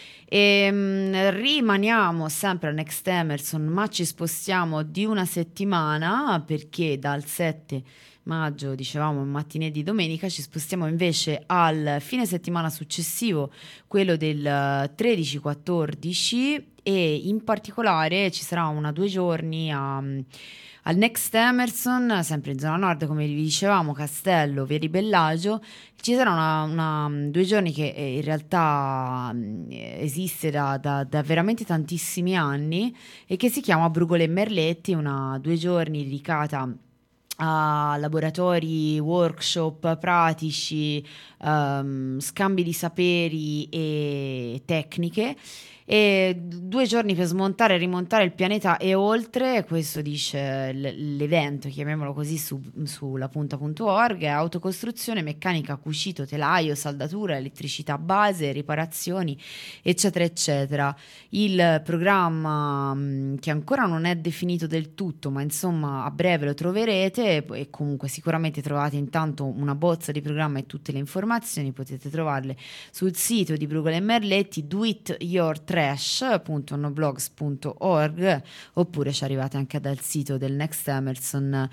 Rimaniamo sempre a Next Emerson, ma ci spostiamo di una settimana, perché dal 7 maggio, dicevamo mattinè di domenica, ci spostiamo invece al fine settimana successivo, quello del 13-14, e in particolare ci sarà 2 giorni al Next Emerson, sempre in zona nord, come vi dicevamo, Castello, Via di Bellagio. Ci sarà 2 giorni che in realtà esiste da veramente tantissimi anni e che si chiama Brugole e Merletti, 2 giorni dedicata a laboratori, workshop pratici, scambi di saperi e tecniche, e 2 giorni per smontare e rimontare il pianeta e oltre. Questo dice l'evento, chiamiamolo così, sulla punta.org: autocostruzione, meccanica, cucito, telaio, saldatura, elettricità base, riparazioni, eccetera eccetera. Il programma, che ancora non è definito del tutto, ma insomma a breve lo troverete, e comunque sicuramente trovate intanto una bozza di programma e tutte le informazioni potete trovarle sul sito di Brugole e Merletti, doityourtrash.noblogs.org, oppure ci arrivate anche dal sito del Next Emerson,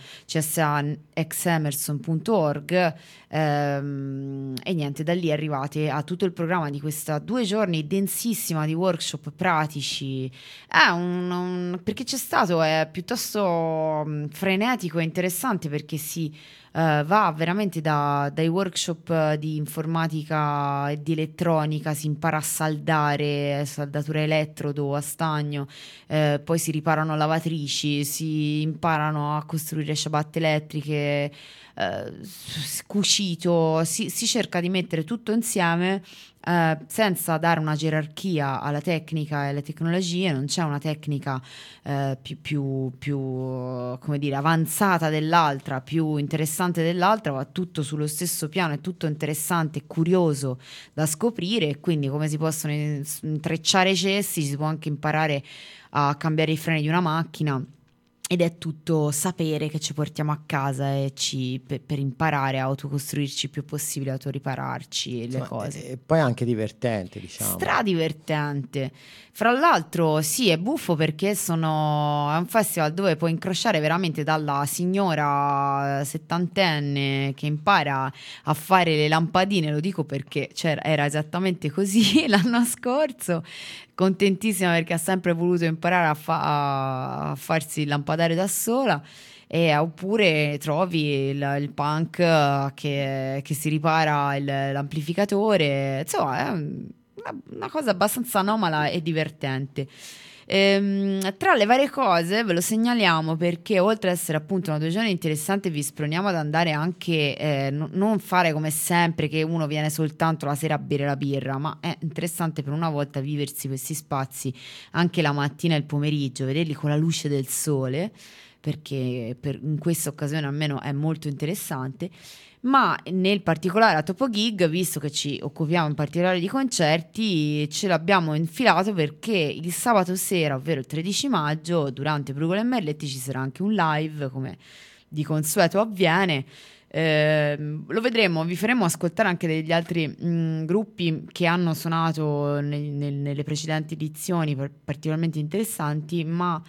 csaxemerson.org, e niente, da lì arrivate a tutto il programma di questa 2 giorni densissima di workshop pratici. Perché c'è stato, è piuttosto frenetico e interessante, perché si va veramente dai workshop di informatica e di elettronica, si impara a saldare, saldatura elettrodo a stagno, poi si riparano lavatrici, si imparano a costruire ciabatte elettriche, cucito, si cerca di mettere tutto insieme, senza dare una gerarchia alla tecnica e alle tecnologie. Non c'è una tecnica più come dire, avanzata dell'altra, più interessante dell'altra, va tutto sullo stesso piano, è tutto interessante e curioso da scoprire, e quindi come si possono intrecciare i cessi, si può anche imparare a cambiare i freni di una macchina. Ed è tutto sapere che ci portiamo a casa e per imparare a autocostruirci il più possibile, autoripararci le cose. E poi anche divertente, diciamo. Stradivertente. Fra l'altro sì, è buffo perché è un festival dove puoi incrociare veramente dalla signora settantenne che impara a fare le lampadine, lo dico perché era esattamente così l'anno scorso, contentissima perché ha sempre voluto imparare a farsi il lampadario da sola, oppure trovi il punk che si ripara l'amplificatore. Insomma, è una cosa abbastanza anomala e divertente. Tra le varie cose ve lo segnaliamo perché, oltre ad essere appunto 2 giorni interessanti, vi sproniamo ad andare anche, non fare come sempre che uno viene soltanto la sera a bere la birra, ma è interessante per una volta viversi questi spazi anche la mattina e il pomeriggio, vederli con la luce del sole, perché in questa occasione almeno è molto interessante. Ma nel particolare a Topo Gig, visto che ci occupiamo in particolare di concerti, ce l'abbiamo infilato perché il sabato sera, ovvero il 13 maggio, durante Brugole e Merletti ci sarà anche un live, come di consueto avviene. Lo vedremo, vi faremo ascoltare anche degli altri gruppi che hanno suonato nelle precedenti edizioni, particolarmente interessanti, ma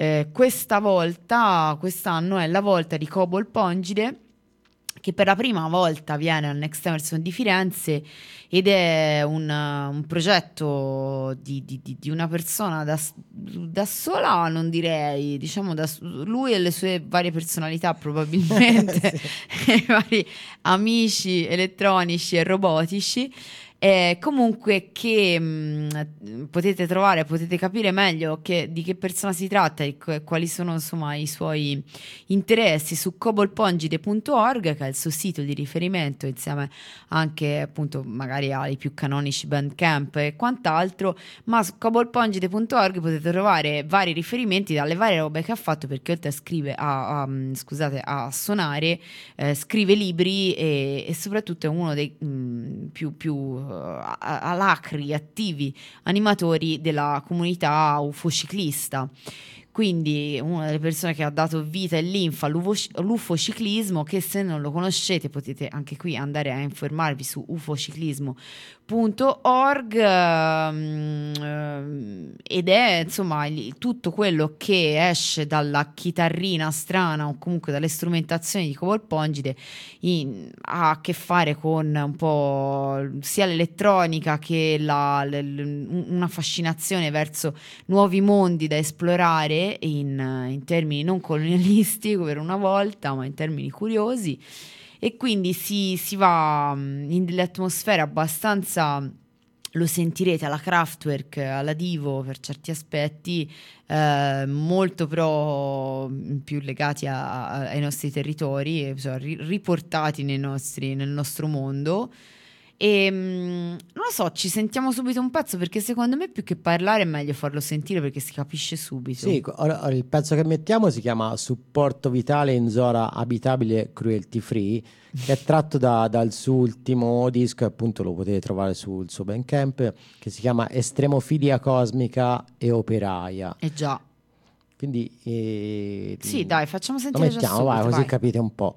quest'anno è la volta di Cobol Pongide, che per la prima volta viene al Next Emerson di Firenze, ed è un progetto di una persona da sola, non direi, diciamo lui e le sue varie personalità probabilmente, i vari amici elettronici e robotici. Comunque che potete capire meglio di che persona si tratta e quali sono insomma i suoi interessi su cobolpongide.org, che è il suo sito di riferimento, insieme anche appunto magari ai più canonici Bandcamp e quant'altro. Ma su cobolpongide.org potete trovare vari riferimenti dalle varie robe che ha fatto, perché oltre a suonare, scrive libri e soprattutto è uno dei più alacri, attivi animatori della comunità UFO ciclista. quindi una delle persone che ha dato vita e linfa all'ufociclismo, che se non lo conoscete potete anche qui andare a informarvi su ufociclismo.org, ed è insomma tutto quello che esce dalla chitarrina strana o comunque dalle strumentazioni di Cobol Pongide ha a che fare con un po' sia l'elettronica che una fascinazione verso nuovi mondi da esplorare in termini non colonialisti per una volta, ma in termini curiosi, e quindi si va in delle atmosfere abbastanza, lo sentirete, alla Kraftwerk, alla Divo per certi aspetti, molto però più legati ai nostri territori, riportati nel nostro mondo. E non lo so, ci sentiamo subito un pezzo, perché secondo me più che parlare è meglio farlo sentire, perché si capisce subito. Sì, il pezzo che mettiamo si chiama Supporto vitale in zona abitabile cruelty free, che è tratto dal suo ultimo disco, e appunto lo potete trovare sul suo Bandcamp, che si chiama Estremofilia cosmica e operaia. Già. Quindi sì, dai, facciamo sentire, lo mettiamo, già subito, così capite un po'.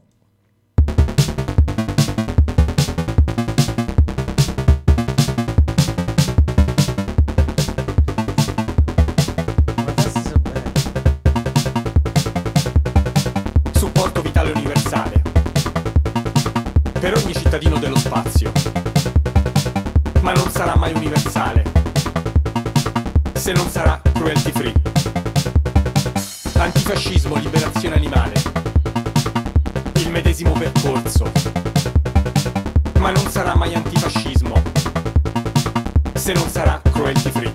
Per ogni cittadino dello spazio, ma non sarà mai universale se non sarà cruelty free. Antifascismo, liberazione animale, il medesimo percorso, ma non sarà mai antifascismo se non sarà cruelty free.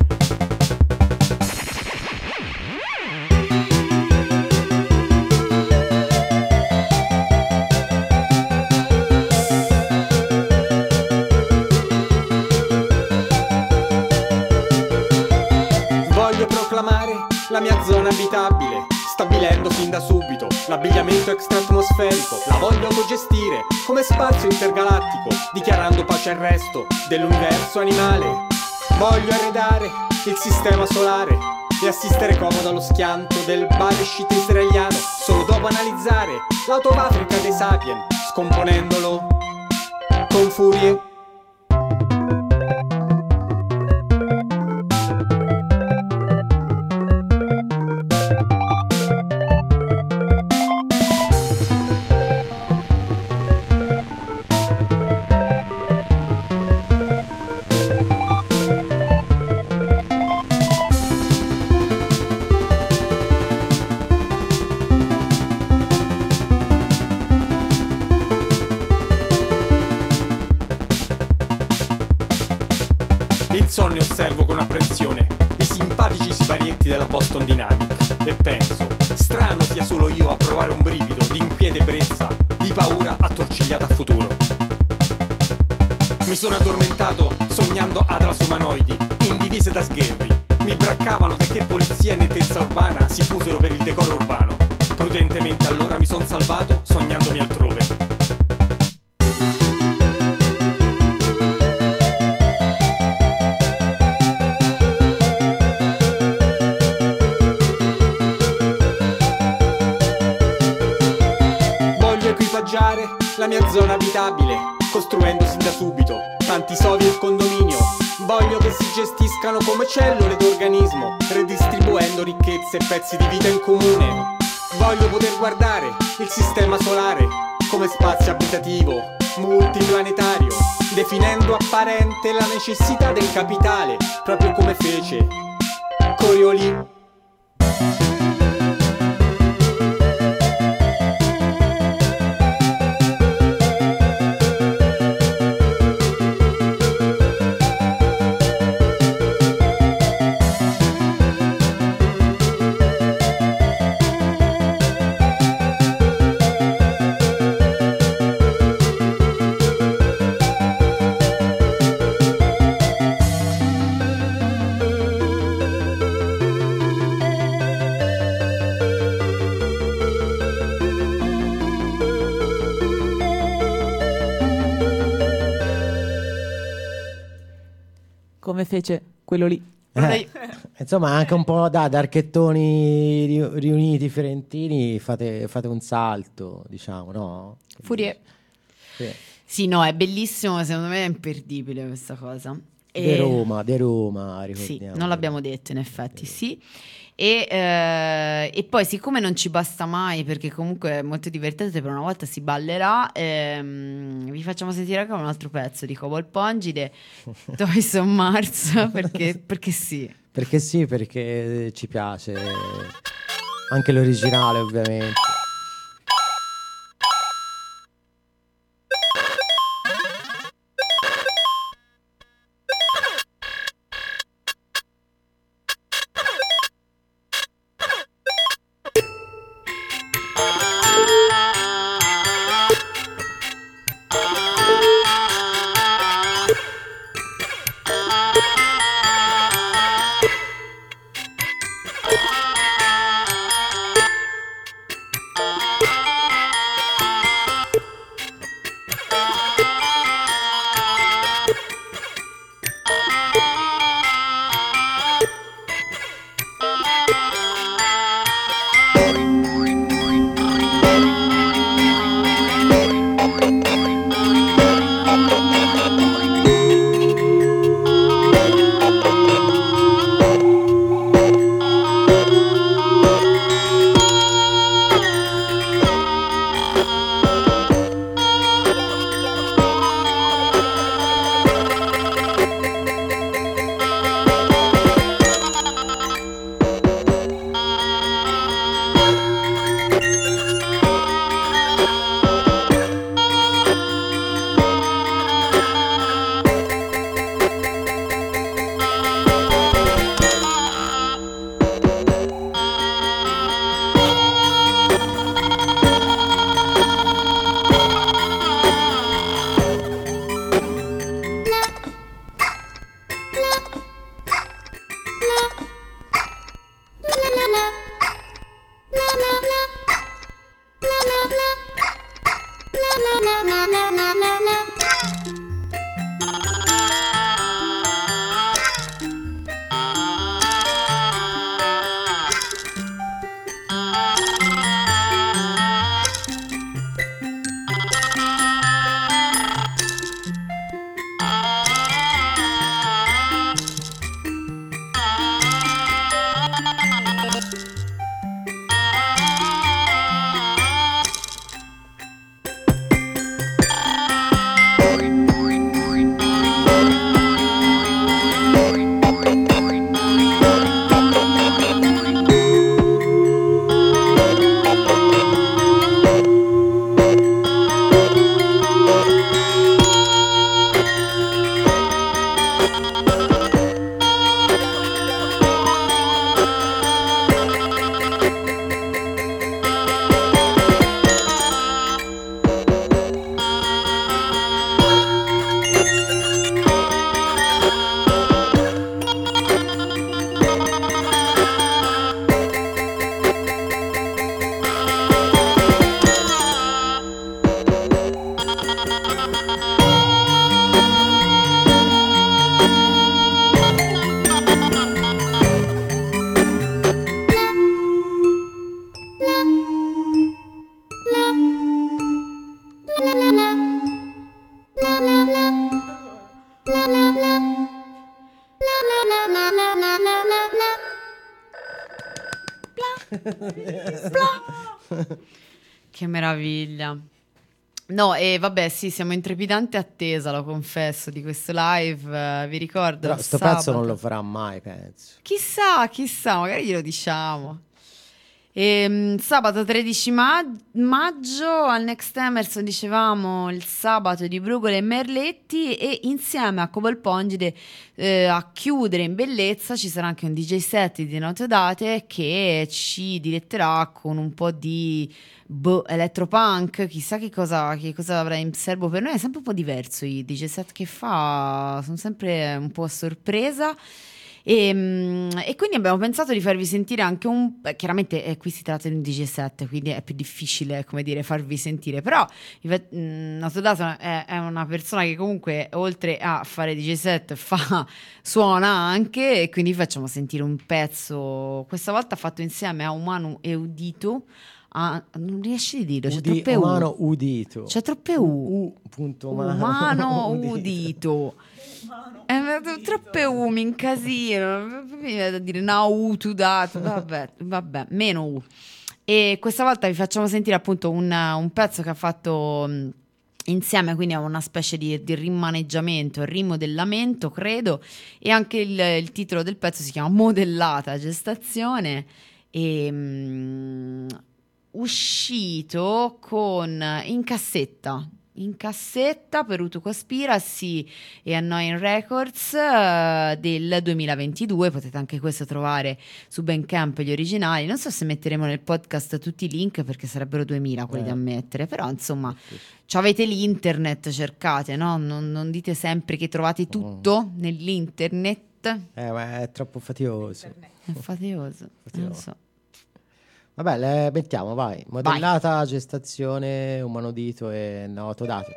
La mia zona abitabile, stabilendo fin da subito l'abbigliamento extra-atmosferico. La voglio autogestire come spazio intergalattico, dichiarando pace al resto dell'universo animale. Voglio arredare il sistema solare e assistere comodo allo schianto del Baleshit israeliano, solo dopo analizzare l'automatrica dei sapien, scomponendolo con furie. Insonne osservo con apprensione i simpatici siparietti della Boston Dynamics e penso, strano sia solo io a provare un brivido di inquieta ebbrezza, di paura attorcigliata a futuro. Mi sono addormentato sognando Atlas umanoidi in divise da sgherri. Mi braccavano perché polizia e nettezza urbana si fusero per il decoro urbano. Prudentemente allora mi son salvato sognandomi altrove. La mia zona abitabile, costruendo sin da subito tanti sovi e condominio. Voglio che si gestiscano come cellule d'organismo, redistribuendo ricchezze e pezzi di vita in comune. Voglio poter guardare il sistema solare come spazio abitativo multiplanetario, definendo apparente la necessità del capitale, proprio come fece Coriolis. Come fece quello lì. Insomma, anche un po' da archettoni riuniti fiorentini, fate un salto, diciamo, no? Furie. Sì, no, è bellissimo, secondo me è imperdibile questa cosa. De Roma, ricordiamo. Sì, non l'abbiamo detto in effetti, sì. E poi, siccome non ci basta mai, perché comunque è molto divertente, per una volta si ballerà, vi facciamo sentire anche un altro pezzo di Cobol Pongide, Toys on Mars, perché sì. Perché sì, perché ci piace anche l'originale, ovviamente. Che meraviglia. No, e vabbè, sì, siamo in trepidante attesa, lo confesso, di questo live. Vi ricordo. Però sto pezzo non lo farà mai, penso. Chissà, magari glielo diciamo. Sabato 13 maggio al Next Emerson, dicevamo, il sabato di Brugole e Merletti, e insieme a Cobol Pongide a chiudere in bellezza ci sarà anche un DJ set di Note Date che ci diletterà con un po' di elettropunk. Chissà che cosa avrà in serbo per noi. È sempre un po' diverso, i DJ set che fa sono sempre un po' a sorpresa. E quindi abbiamo pensato di farvi sentire anche chiaramente qui si tratta di un DJ set, quindi è più difficile, come dire, farvi sentire, però Notodato è una persona che comunque oltre a fare DJ set suona anche, e quindi facciamo sentire un pezzo, questa volta fatto insieme a Umano e Udito. Non riesci a dirlo, c'è troppe U. Umano Udito. C'è troppe U. Umano Udito. Troppe U, mi incasino. Mi viene da dire Nautudato. Vabbè, meno U. E questa volta vi facciamo sentire appunto un pezzo che ha fatto insieme, quindi a una specie di rimaneggiamento, rimodellamento, credo, e anche il titolo del pezzo si chiama Modellata Gestazione, e uscito in cassetta per Utu Conspiracy e Annoying Records del 2022. Potete anche questo trovare su Bandcamp, gli originali. Non so se metteremo nel podcast tutti i link, perché sarebbero 2000 quelli da mettere, però insomma avete l'internet, cercate, no? Non dite sempre che trovate tutto nell'internet, ma è troppo faticoso. È faticoso. Non so. Vabbè, le mettiamo, vai. Modellata, Gestazione, Umano Udito e Notodato.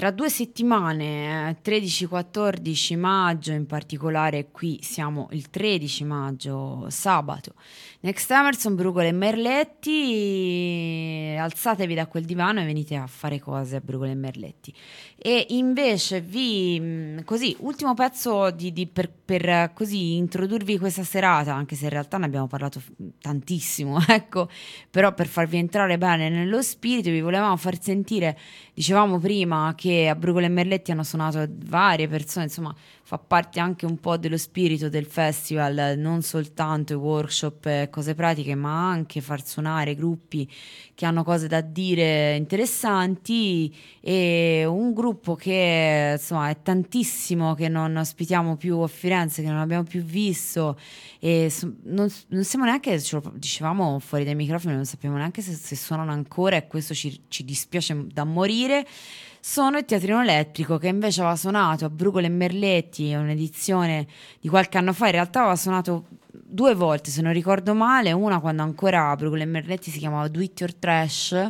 tra 2 settimane, 13-14 maggio, in particolare qui siamo il 13 maggio, sabato, Next Emerson, Brugole e Merletti, alzatevi da quel divano e venite a fare cose a Brugole e Merletti. E invece così, ultimo pezzo per così introdurvi questa serata, anche se in realtà ne abbiamo parlato tantissimo, ecco, però per farvi entrare bene nello spirito vi volevamo far sentire, dicevamo prima che a Brugole e Merletti hanno suonato varie persone, insomma fa parte anche un po' dello spirito del festival, non soltanto i workshop e cose pratiche, ma anche far suonare gruppi che hanno cose da dire interessanti, e un gruppo che insomma è tantissimo che non ospitiamo più a Firenze, che non abbiamo più visto, e non siamo neanche, ce lo dicevamo fuori dai microfoni, non sappiamo neanche se suonano ancora, e questo ci dispiace da morire. Sono il Teatrino Elettrico, che invece aveva suonato a Brugole e Merletti, un'edizione di qualche anno fa, in realtà aveva suonato 2 volte se non ricordo male, una quando ancora Brugole e Merletti si chiamava Do It Your Trash,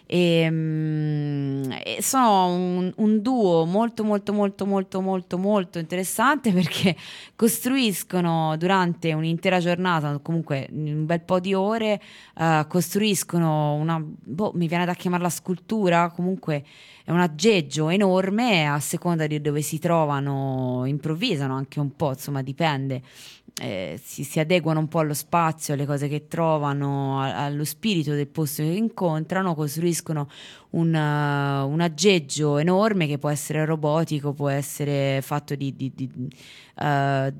e sono un duo molto molto molto molto molto molto interessante, perché costruiscono durante un'intera giornata, comunque un bel po' di ore, costruiscono una, mi viene da chiamarla scultura, comunque è un aggeggio enorme, a seconda di dove si trovano improvvisano anche un po', insomma dipende, si adeguano un po' allo spazio, alle cose che trovano, allo spirito del posto che incontrano, costruiscono un aggeggio enorme che può essere robotico, può essere fatto di come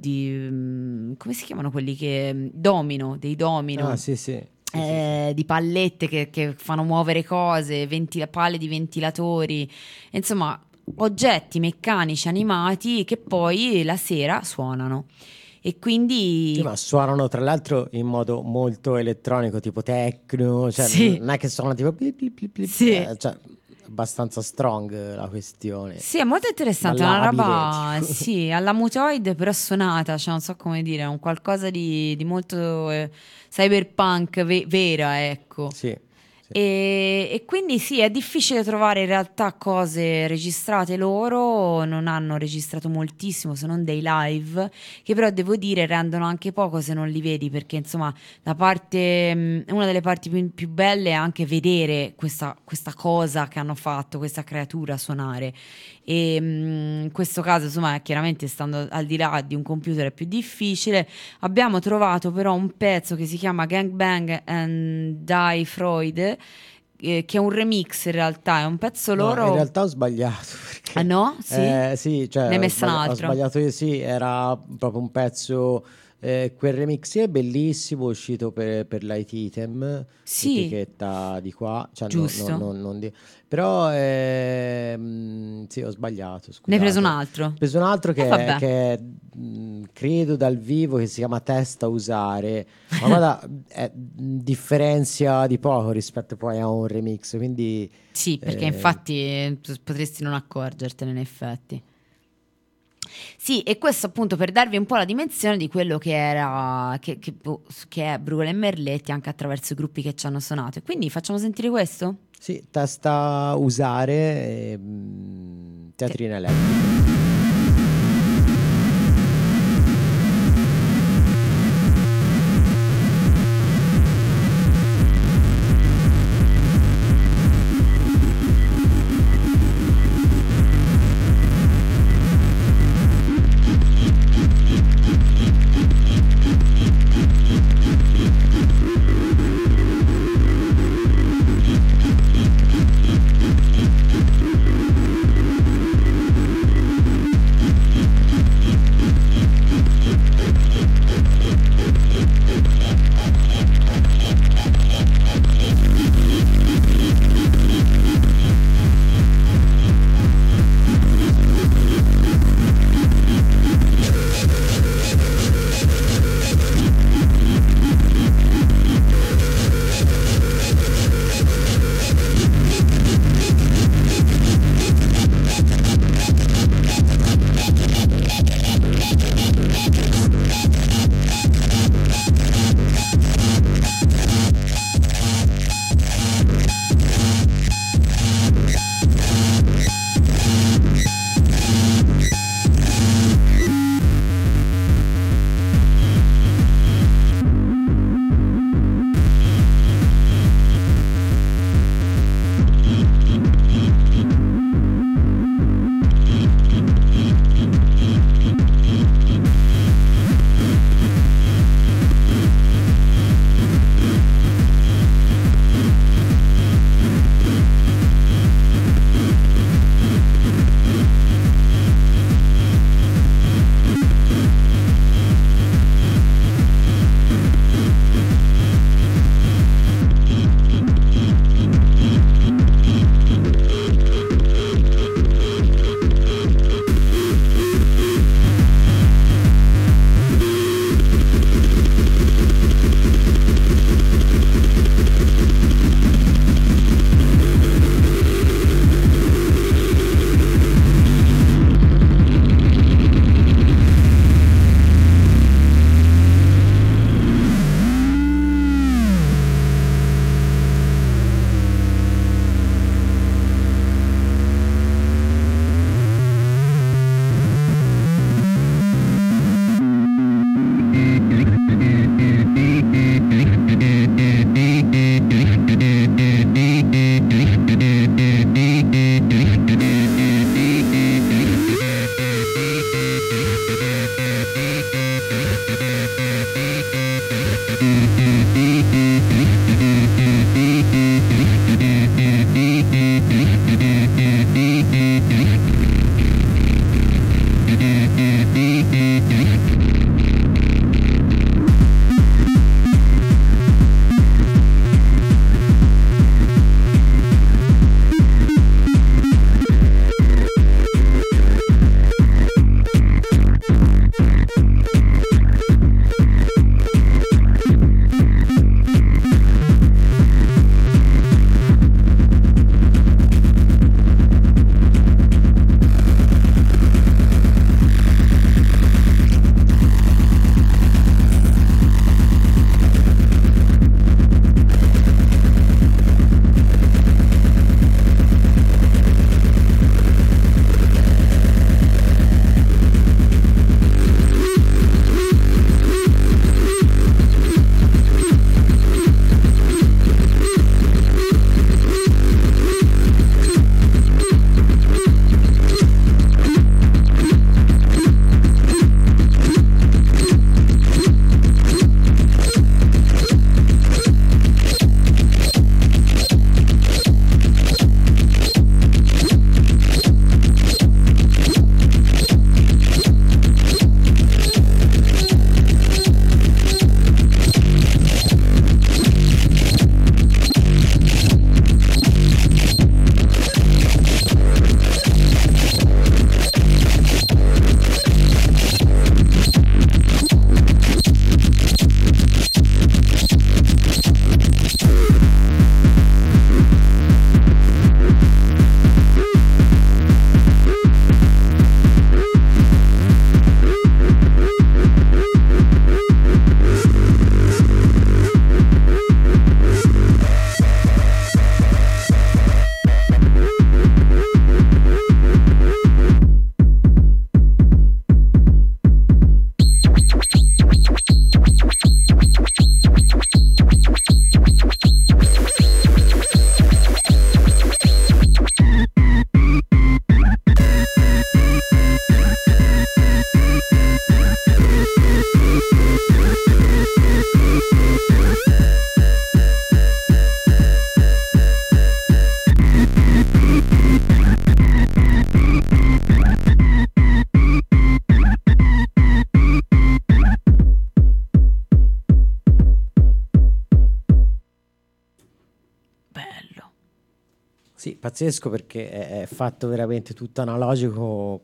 si chiamano quelli che dei domino. Sì. Di pallette che fanno muovere cose, palle di ventilatori, insomma oggetti meccanici animati che poi la sera suonano. E quindi sì, ma suonano tra l'altro in modo molto elettronico, tipo techno, cioè sì. Non è che suonano tipo sì. Cioè abbastanza strong la questione. Sì, è molto interessante, è una roba sì, alla Mutoid però suonata, cioè non so come dire, è un qualcosa di molto cyberpunk vera, ecco. Sì. E quindi sì, è difficile trovare in realtà cose registrate loro, non hanno registrato moltissimo se non dei live, che però devo dire rendono anche poco se non li vedi, perché insomma una delle parti più belle è anche vedere questa cosa che hanno fatto, questa creatura suonare, e in questo caso insomma chiaramente stando al di là di un computer è più difficile. Abbiamo trovato però un pezzo che si chiama Gangbang and Die Freud, che è un remix, in realtà è un pezzo loro. No, in realtà ho sbagliato perché... Ah no? Sì? Sì, cioè ne hai messa un'altra. Ho sbagliato io, sì, era proprio un pezzo, quel remix è bellissimo, uscito per Light Item, sì, etichetta di qua, cioè giusto. Però sì, ho sbagliato, scusate. Ne hai preso un altro? Ho preso un altro che credo dal vivo, che si chiama Testa a usare, ma guarda, differenzia di poco rispetto poi a un remix, quindi sì, perché infatti potresti non accorgertene in effetti. Sì, e questo appunto per darvi un po' la dimensione di quello che era che è Brugole e Merletti, anche attraverso i gruppi che ci hanno suonato. E quindi facciamo sentire questo? Sì, Testa a usare, Teatrino Elettrico. Sì, pazzesco, perché è fatto veramente tutto analogico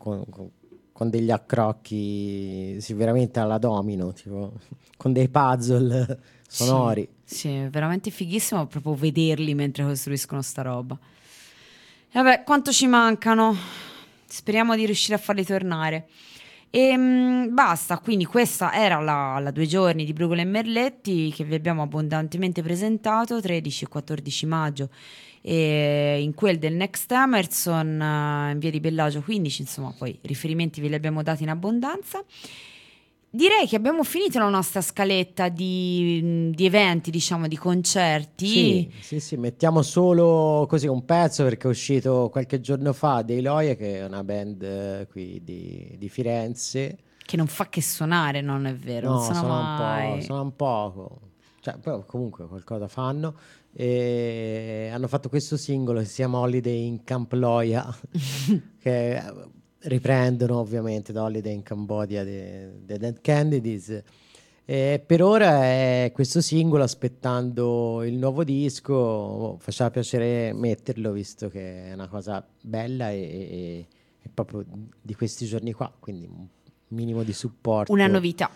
con degli accrocchi, sì, veramente alla domino, tipo, con dei puzzle sonori. Sì, è veramente fighissimo proprio vederli mentre costruiscono sta roba. E vabbè, quanto ci mancano? Speriamo di riuscire a farli tornare. E basta, quindi questa era la 2 giorni di Brugola e Merletti che vi abbiamo abbondantemente presentato, 13 e 14 maggio, e in quel del Next Emerson in via di Bellagio 15, insomma, poi riferimenti ve li abbiamo dati in abbondanza. Direi che abbiamo finito la nostra scaletta di eventi, diciamo, di concerti. Sì, mettiamo solo così un pezzo, perché è uscito qualche giorno fa dei Loia, che è una band qui di Firenze. Che non fa che suonare, non è vero? No, non suona un poco. Cioè, però comunque qualcosa fanno. E hanno fatto questo singolo che si chiama Holiday in Camp Loia, che riprendono ovviamente da Holiday in Cambodia dei Dead Kennedys. Per ora è questo singolo, aspettando il nuovo disco. Faceva piacere metterlo, visto che è una cosa bella e proprio di questi giorni qua, quindi un minimo di supporto. Una novità.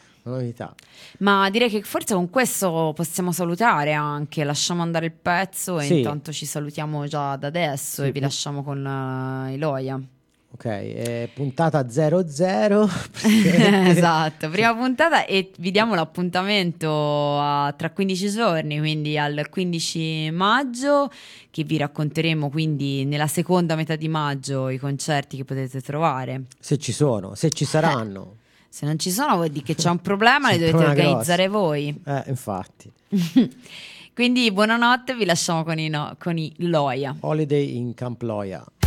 Ma direi che forse con questo possiamo salutare anche, lasciamo andare il pezzo e intanto ci salutiamo già da adesso, e vi lasciamo con i Loia. Ok, puntata 00. Esatto, prima puntata, e vi diamo l'appuntamento tra 15 giorni, quindi al 15 maggio, che vi racconteremo quindi nella seconda metà di maggio i concerti che potete trovare. Se ci sono, se ci saranno. Se non ci sono vuol dire che c'è un problema, li dovete organizzare voi. Infatti. Quindi buonanotte, vi lasciamo con i Loia. Holiday in Camp Loia.